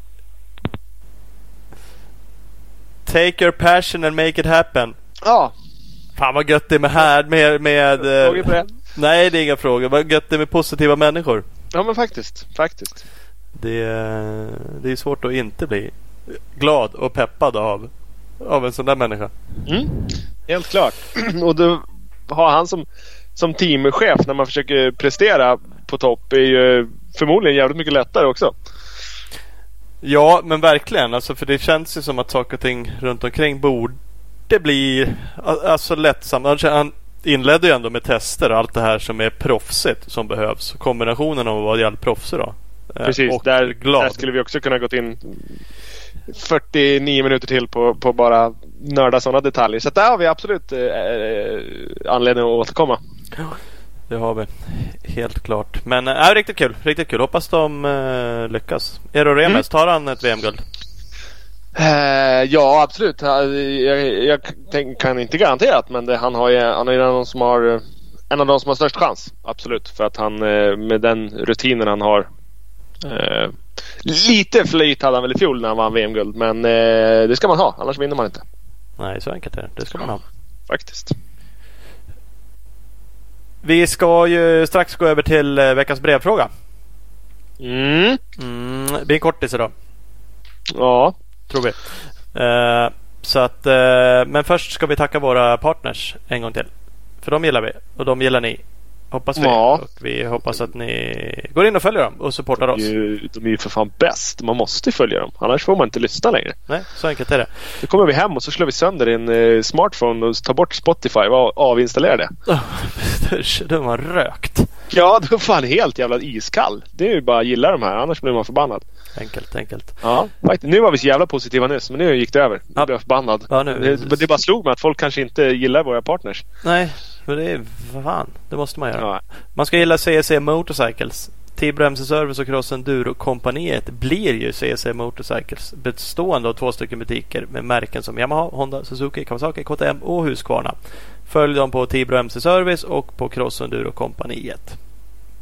Take your passion and make it happen. Ja. Fan vad gött det är med frågor på det? Nej, det är inga frågor. Vad gött det är med positiva människor. Ja, men faktiskt. Det är svårt att inte bli glad och peppad av en sån där människa. Helt klart. Och du har han som teamchef när man försöker prestera på topp är ju förmodligen jävligt mycket lättare också. Ja, men verkligen. Alltså, för det känns ju som att saker och ting runt omkring borde bli lättsamt. Han inledde ju ändå med tester och allt det här som är proffsigt som behövs. Kombinationen av att vara jävligt proffsig då. Precis, och där skulle vi också kunna gått in 49 minuter till på bara nörda sådana detaljer. Så där har vi absolut anledning att återkomma. Det har vi, helt klart. Men riktigt kul. Hoppas de lyckas. Eero Remes, tar han ett VM-guld? Ja, absolut. Jag kan inte garanterat, men han är en av de som har störst chans. Absolut, för att han med den rutinen han har lite flyt hade han väl i fjol när han vann VM-guld, men det ska man ha, annars vinner man inte. Nej, så enkelt är det. Det ska man ha. Faktiskt. Vi ska ju strax gå över till veckans brevfråga. Det blir en kortis idag. Ja, tror vi. Så att, men först ska vi tacka våra partners en gång till. För de gillar vi och de gillar ni. Hoppas vi. Ja. Och vi hoppas att ni går in och följer dem och supportar oss. De är ju för fan bäst. Man måste följa dem. Annars får man inte lyssna längre. Nej, så enkelt är det. Nu kommer vi hem och så slår vi sönder din smartphone och tar bort Spotify och avinstallerar det. Det var rökt. Ja, det var fan helt jävla iskall. Det är ju bara att gilla de här. Annars blir man förbannad. Enkelt. Ja, faktiskt. Nu var vi så jävla positiva nyss, men nu gick det över. Nu blev jag förbannad. Ja, nu. Det bara slog mig att folk kanske inte gillar våra partners. Nej, för det är fan. Det måste man göra. Ja. Man ska gilla CSC Motorcycles. Tibro MC Service och Cross Enduro-kompaniet blir ju CSC Motorcycles, bestående av 2 stycken butiker med märken som Yamaha, Honda, Suzuki, Kawasaki, KTM och Husqvarna. Följ dem på Tibro MC Service och på Cross Enduro-kompaniet.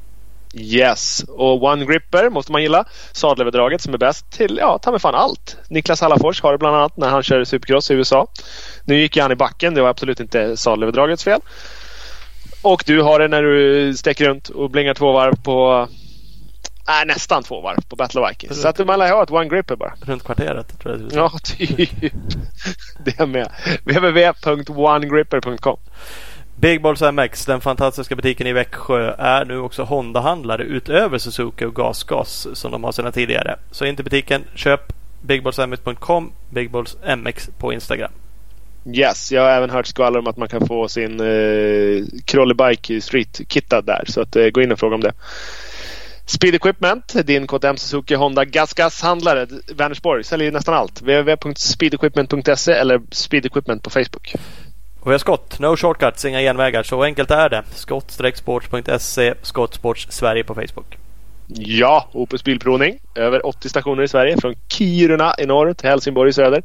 Yes, och One Gripper måste man gilla. Sadelöverdraget som är bäst till, ta med fan allt. Niklas Hallafors har det bland annat när han kör Supercross i USA. Nu gick han i backen, det var absolut inte sadelöverdragets fel. Och du har det när du stäcker runt och blingar 2 varv på... nästan 2 varv på Battle of Vikings. Så att man lär ha ett One Gripper bara. Runt kvarteret, tror jag. Ja, typ. Det är med. www.onegripper.com. Big Balls MX, den fantastiska butiken i Växjö, är nu också Honda-handlare utöver Suzuki och GasGas som de har sedan tidigare. Så in till butiken, köp bigballsmx.com, Big Balls MX på Instagram. Yes, jag har även hört skvaller om att man kan få sin Krollebike Street kittad där. Så att, gå in och fråga om det. Speed Equipment, din KTM Suzuki Honda GasGas-handlare Vänersborg, säljer nästan allt. www.speedequipment.se eller Speed Equipment på Facebook. Och vi har Skott, no shortcuts, inga genvägar, så enkelt är det. Skott-sports.se, Skottsports Sverige på Facebook. Ja, Opus Bilprovning, över 80 stationer i Sverige, från Kiruna i norr till Helsingborg i söder.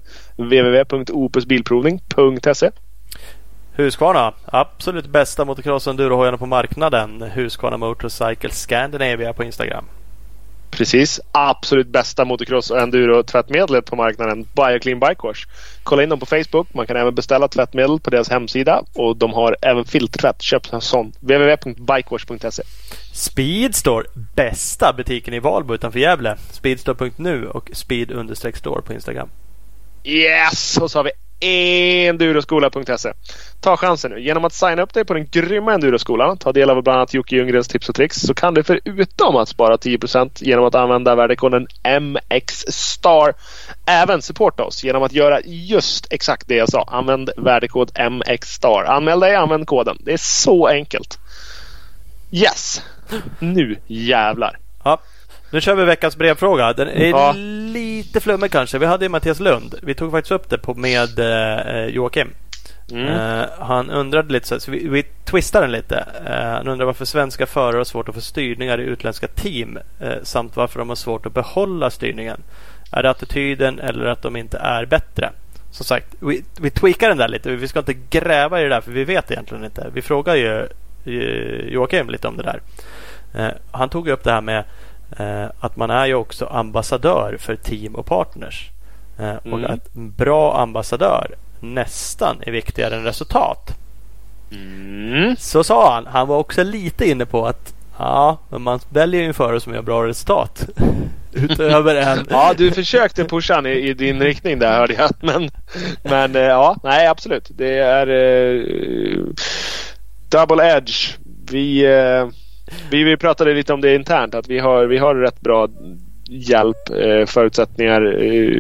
www.opusbilprovning.se. Husqvarna, absolut bästa motocross-endurohojarna på marknaden. Husqvarna Motorcycle Scandinavia på Instagram. Precis, absolut bästa motocross- och enduro-tvättmedlet på marknaden, BioClean Bike Wash. Kolla in dem på Facebook, man kan även beställa tvättmedel på deras hemsida och de har även filtertvätt, köp sån. www.bikewash.se. Speedstore, bästa butiken i Valbo utanför Gävle. Speedstore.nu och speed_store på Instagram. Yes, och så har vi enduroskola.se. Ta chansen nu. Genom att signa upp dig på den grymma enduroskolan, ta del av bland annat Jocke Ljunggrens tips och tricks, så kan du förutom att spara 10% genom att använda värdekoden MXSTAR även supporta oss genom att göra just exakt det jag sa. Använd värdekod MXSTAR. Anmäl dig, använd koden. Det är så enkelt. Yes. Nu jävlar. Ja. Nu kör vi veckans brevfråga. Den är lite flummig kanske. Vi hade ju Mattias Lund. Vi tog faktiskt upp det med Joakim. Han undrade lite så vi twistar den lite. Han undrar varför svenska förare har svårt att få styrningar i utländska team, samt varför de har svårt att behålla styrningen. Är det attityden eller att de inte är bättre? Som sagt, vi tweakar den där lite. Vi ska inte gräva i det där, för vi vet egentligen inte. Vi frågar ju Joakim lite om det där. Han tog upp det här med att man är ju också ambassadör för team och partners. Och att en bra ambassadör nästan är viktigare än resultat. Så sa han. Han var också lite inne på att men man väljer ju en förare som gör bra resultat. Utöver en... Ja, du försökte pusha han i din riktning där, hörde jag. Men nej, absolut. Det är double edge. Vi pratade lite om det internt, att vi har rätt bra hjälp, förutsättningar,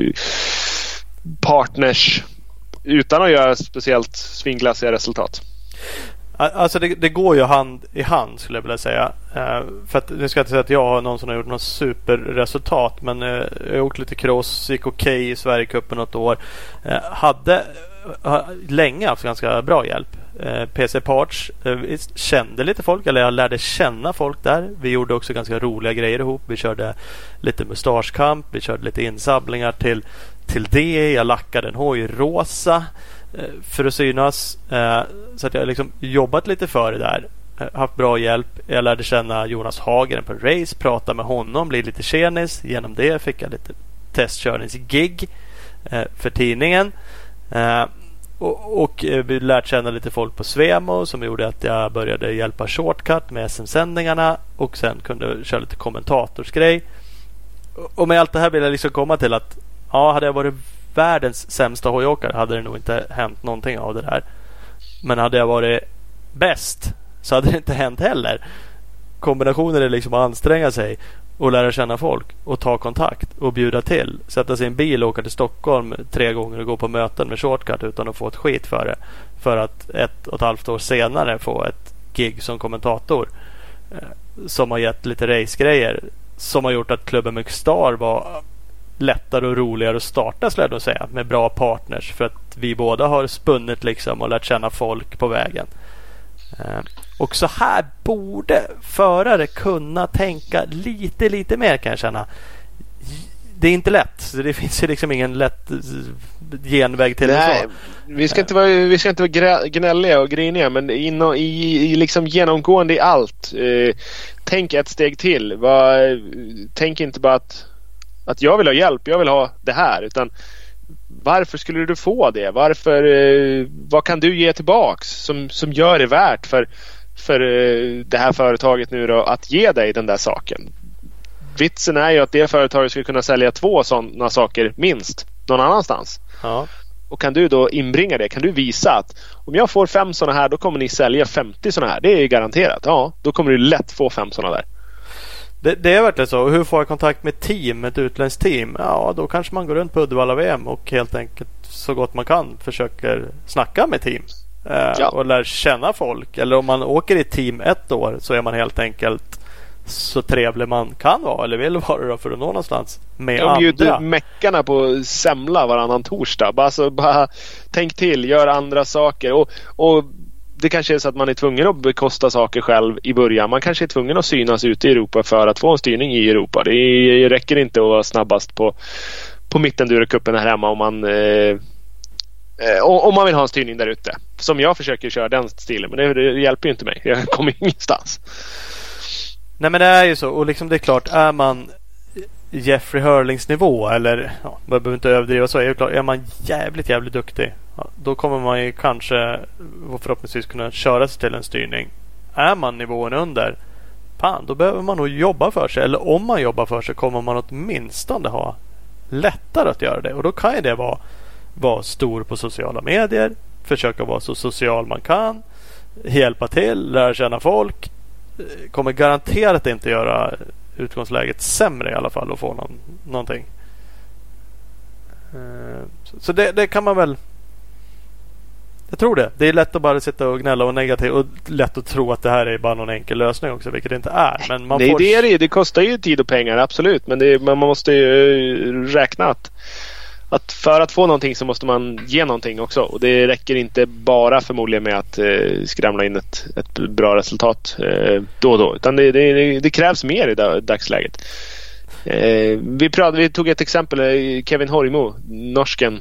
partners, utan att göra speciellt svinglassiga resultat. Alltså det går ju hand i hand, skulle jag vilja säga. För att nu ska jag inte säga att jag har någon som har gjort något superresultat, men jag har gjort lite cross, gick okej i Sverigecupen något år. Hade länge haft ganska bra hjälp. PC Parts, kände lite folk, eller jag lärde känna folk där. Vi gjorde också ganska roliga grejer ihop. Vi körde lite mustaschkamp, vi körde lite insamlingar till det. Jag lackade en hoj rosa för att synas. Så att jag liksom jobbat lite för det där. Haft bra hjälp. Jag lärde känna Jonas Hagen på race, prata med honom, bli lite tjenis. Genom det fick jag lite testkörningsgig för tidningen. Och vi lärt känna lite folk på Svemo, som gjorde att jag började hjälpa Shortcut med SM-sändningarna och sen kunde köra lite kommentatorsgrej. Och med allt det här vill jag liksom komma till att hade jag varit världens sämsta hojåkare hade det nog inte hänt någonting av det där. Men hade jag varit bäst så hade det inte hänt heller. Kombinationen är liksom att anstränga sig och lära känna folk och ta kontakt och bjuda till. Sätta sig i en bil och åka till Stockholm 3 gånger och gå på möten med Shortcut utan att få ett skit för det. För att 1,5 år senare få ett gig som kommentator som har gett lite race-grejer som har gjort att klubben MXSTAR var lättare och roligare att starta, skulle jag då säga, med bra partners, för att vi båda har spunnit liksom och lärt känna folk på vägen. Och så här borde förare kunna tänka lite mer, kan jag känna. det är inte lätt. Det finns ju liksom ingen lätt genväg till det. Så. Vi ska inte vara gnälliga och griniga, men i liksom genomgående i allt. Tänk ett steg till. Tänk inte bara att jag vill ha hjälp, jag vill ha det här, utan varför skulle du få det? Vad kan du ge tillbaks som gör det värt för det här företaget nu då, att ge dig den där saken? Vitsen är ju att det företaget skulle kunna sälja 2 sådana saker minst någon annanstans. Ja. Och kan du då inbringa det? Kan du visa att om jag får 5 sådana här, då kommer ni sälja 50 sådana här? Det är garanterat. Ja, då kommer du lätt få 5 sådana där. Det är verkligen så. Och hur får jag kontakt med ett utländskt team? Ja, då kanske man går runt på Uddevalla VM och helt enkelt så gott man kan försöker snacka med team. Och lär känna folk. Eller om man åker i team 1 år så är man helt enkelt så trevlig man kan vara eller vill vara då, för att nå någonstans med andra. De bjuder meckarna på semla varannan torsdag. Bara tänk till, gör andra saker. Och det kanske är så att man är tvungen att bekosta saker själv i början. Man kanske är tvungen att synas ute i Europa för att få en styrning i Europa. Det räcker inte att vara snabbast på Mittenduro-cupen här hemma om man vill ha en styrning där ute. Som jag försöker köra den stilen, men det hjälper ju inte mig. Jag kommer ingenstans. Nej, men det är ju så. Och liksom det är klart, är man Jeffrey Hurlings nivå, eller man behöver inte överdriva så, är man jävligt duktig, då kommer man ju kanske förhoppningsvis kunna köra sig till en styrning. Är man nivån under, då behöver man nog jobba för sig. Eller om man jobbar för sig kommer man åtminstone ha lättare att göra det. Och då kan ju det vara stor på sociala medier, försöka vara så social man kan, hjälpa till, lära känna folk. Kommer garanterat inte göra utgångsläget sämre i alla fall att få någonting. Så det kan man väl. Jag tror det. Det är lätt att bara sitta och gnälla och negativt och lätt att tro att det här är bara någon enkel lösning också, vilket det inte är. Men man det kostar ju tid och pengar, absolut. Men man måste ju räkna att för att få någonting så måste man ge någonting också. Och det räcker inte bara förmodligen med att skramla in ett bra resultat då och då. Utan det krävs mer i dagsläget. Vi tog ett exempel, Kevin Horimo, norsken,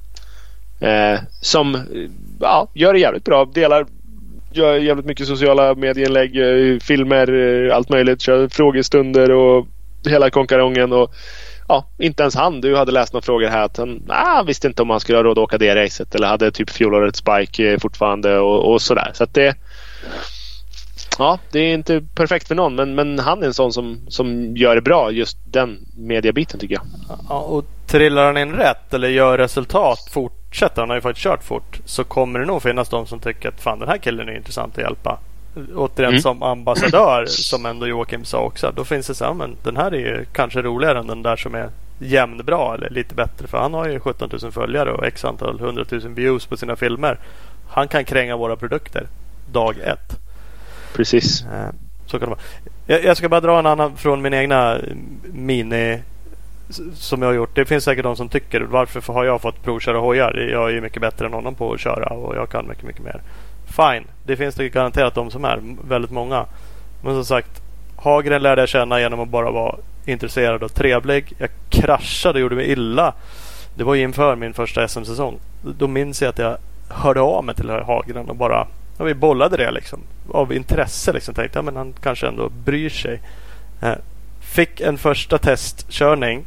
som gör det jävligt bra. Gör jävligt mycket sociala medieinlägg, filmer, allt möjligt. Kör frågestunder och hela konkarongen och inte ens du hade läst några frågor här att han visste inte om han skulle ha råd att åka det racet eller hade typ fjolårets bike fortfarande och sådär. Så att det är inte perfekt för någon, men han är en sån som gör det bra, just den mediabiten tycker jag. Ja, och trillar han in rätt eller gör resultat, fortsätter, han har ju faktiskt kört fort, så kommer det nog finnas de som tycker att fan, den här killen är intressant att hjälpa. Återigen som ambassadör, som ändå Joakim sa också, då finns det så här, men den här är ju kanske roligare än den där som är jämnbra eller lite bättre, för han har ju 17 000 följare och x antal 100 000 views på sina filmer. Han kan kränga våra produkter dag 1. Precis. Så kan det vara. Jag ska bara dra en annan från min egna mini som jag har gjort. Det finns säkert de som tycker, varför har jag fått provköra hojar? Jag är ju mycket bättre än honom på att köra och jag kan mycket mer. Fine, det finns det garanterat de som är väldigt många. Men som sagt, Hagren lärde jag känna genom att bara vara intresserad och trevlig. Jag kraschade och gjorde mig illa. Det var inför min första SM-säsong. Då minns jag att jag hörde av mig till Hagren och bara, vi bollade det liksom av intresse liksom, tänkte men han kanske ändå bryr sig. Fick en första testkörning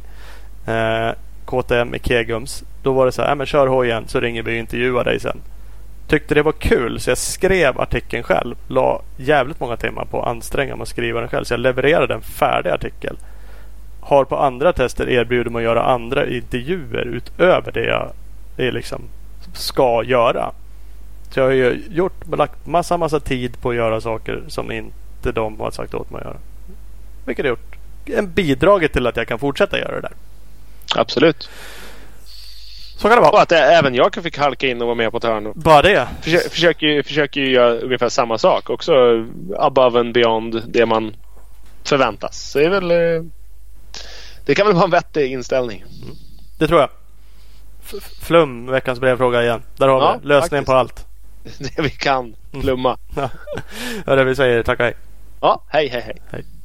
KTM i Kegums. Då var det så här, men kör hojen så ringer vi och intervjuar dig sen. Tyckte det var kul så jag skrev artikeln själv. La jävligt många timmar på att anstränga mig att skriva den själv, så jag levererade en färdig artikel. Har på andra tester erbjudit mig att göra andra intervjuer utöver det jag liksom ska göra. Så jag har ju lagt massa tid på att göra saker som inte de har sagt åt mig att göra. Vilket har gjort en bidrag till att jag kan fortsätta göra det där. Absolut. Så kan det vara. Och att även jag fick halka in och vara med på ett hörn. Bara det. Försöker ju göra ungefär samma sak. Också above and beyond det man förväntas. Så det är väl... Det kan väl vara en vettig inställning. Det tror jag. Flum, veckans brevfråga igen. Där har vi lösningen på allt. Det vi kan. Flumma. Ja, det vill säga tack, hej. Ja, hej. Hej.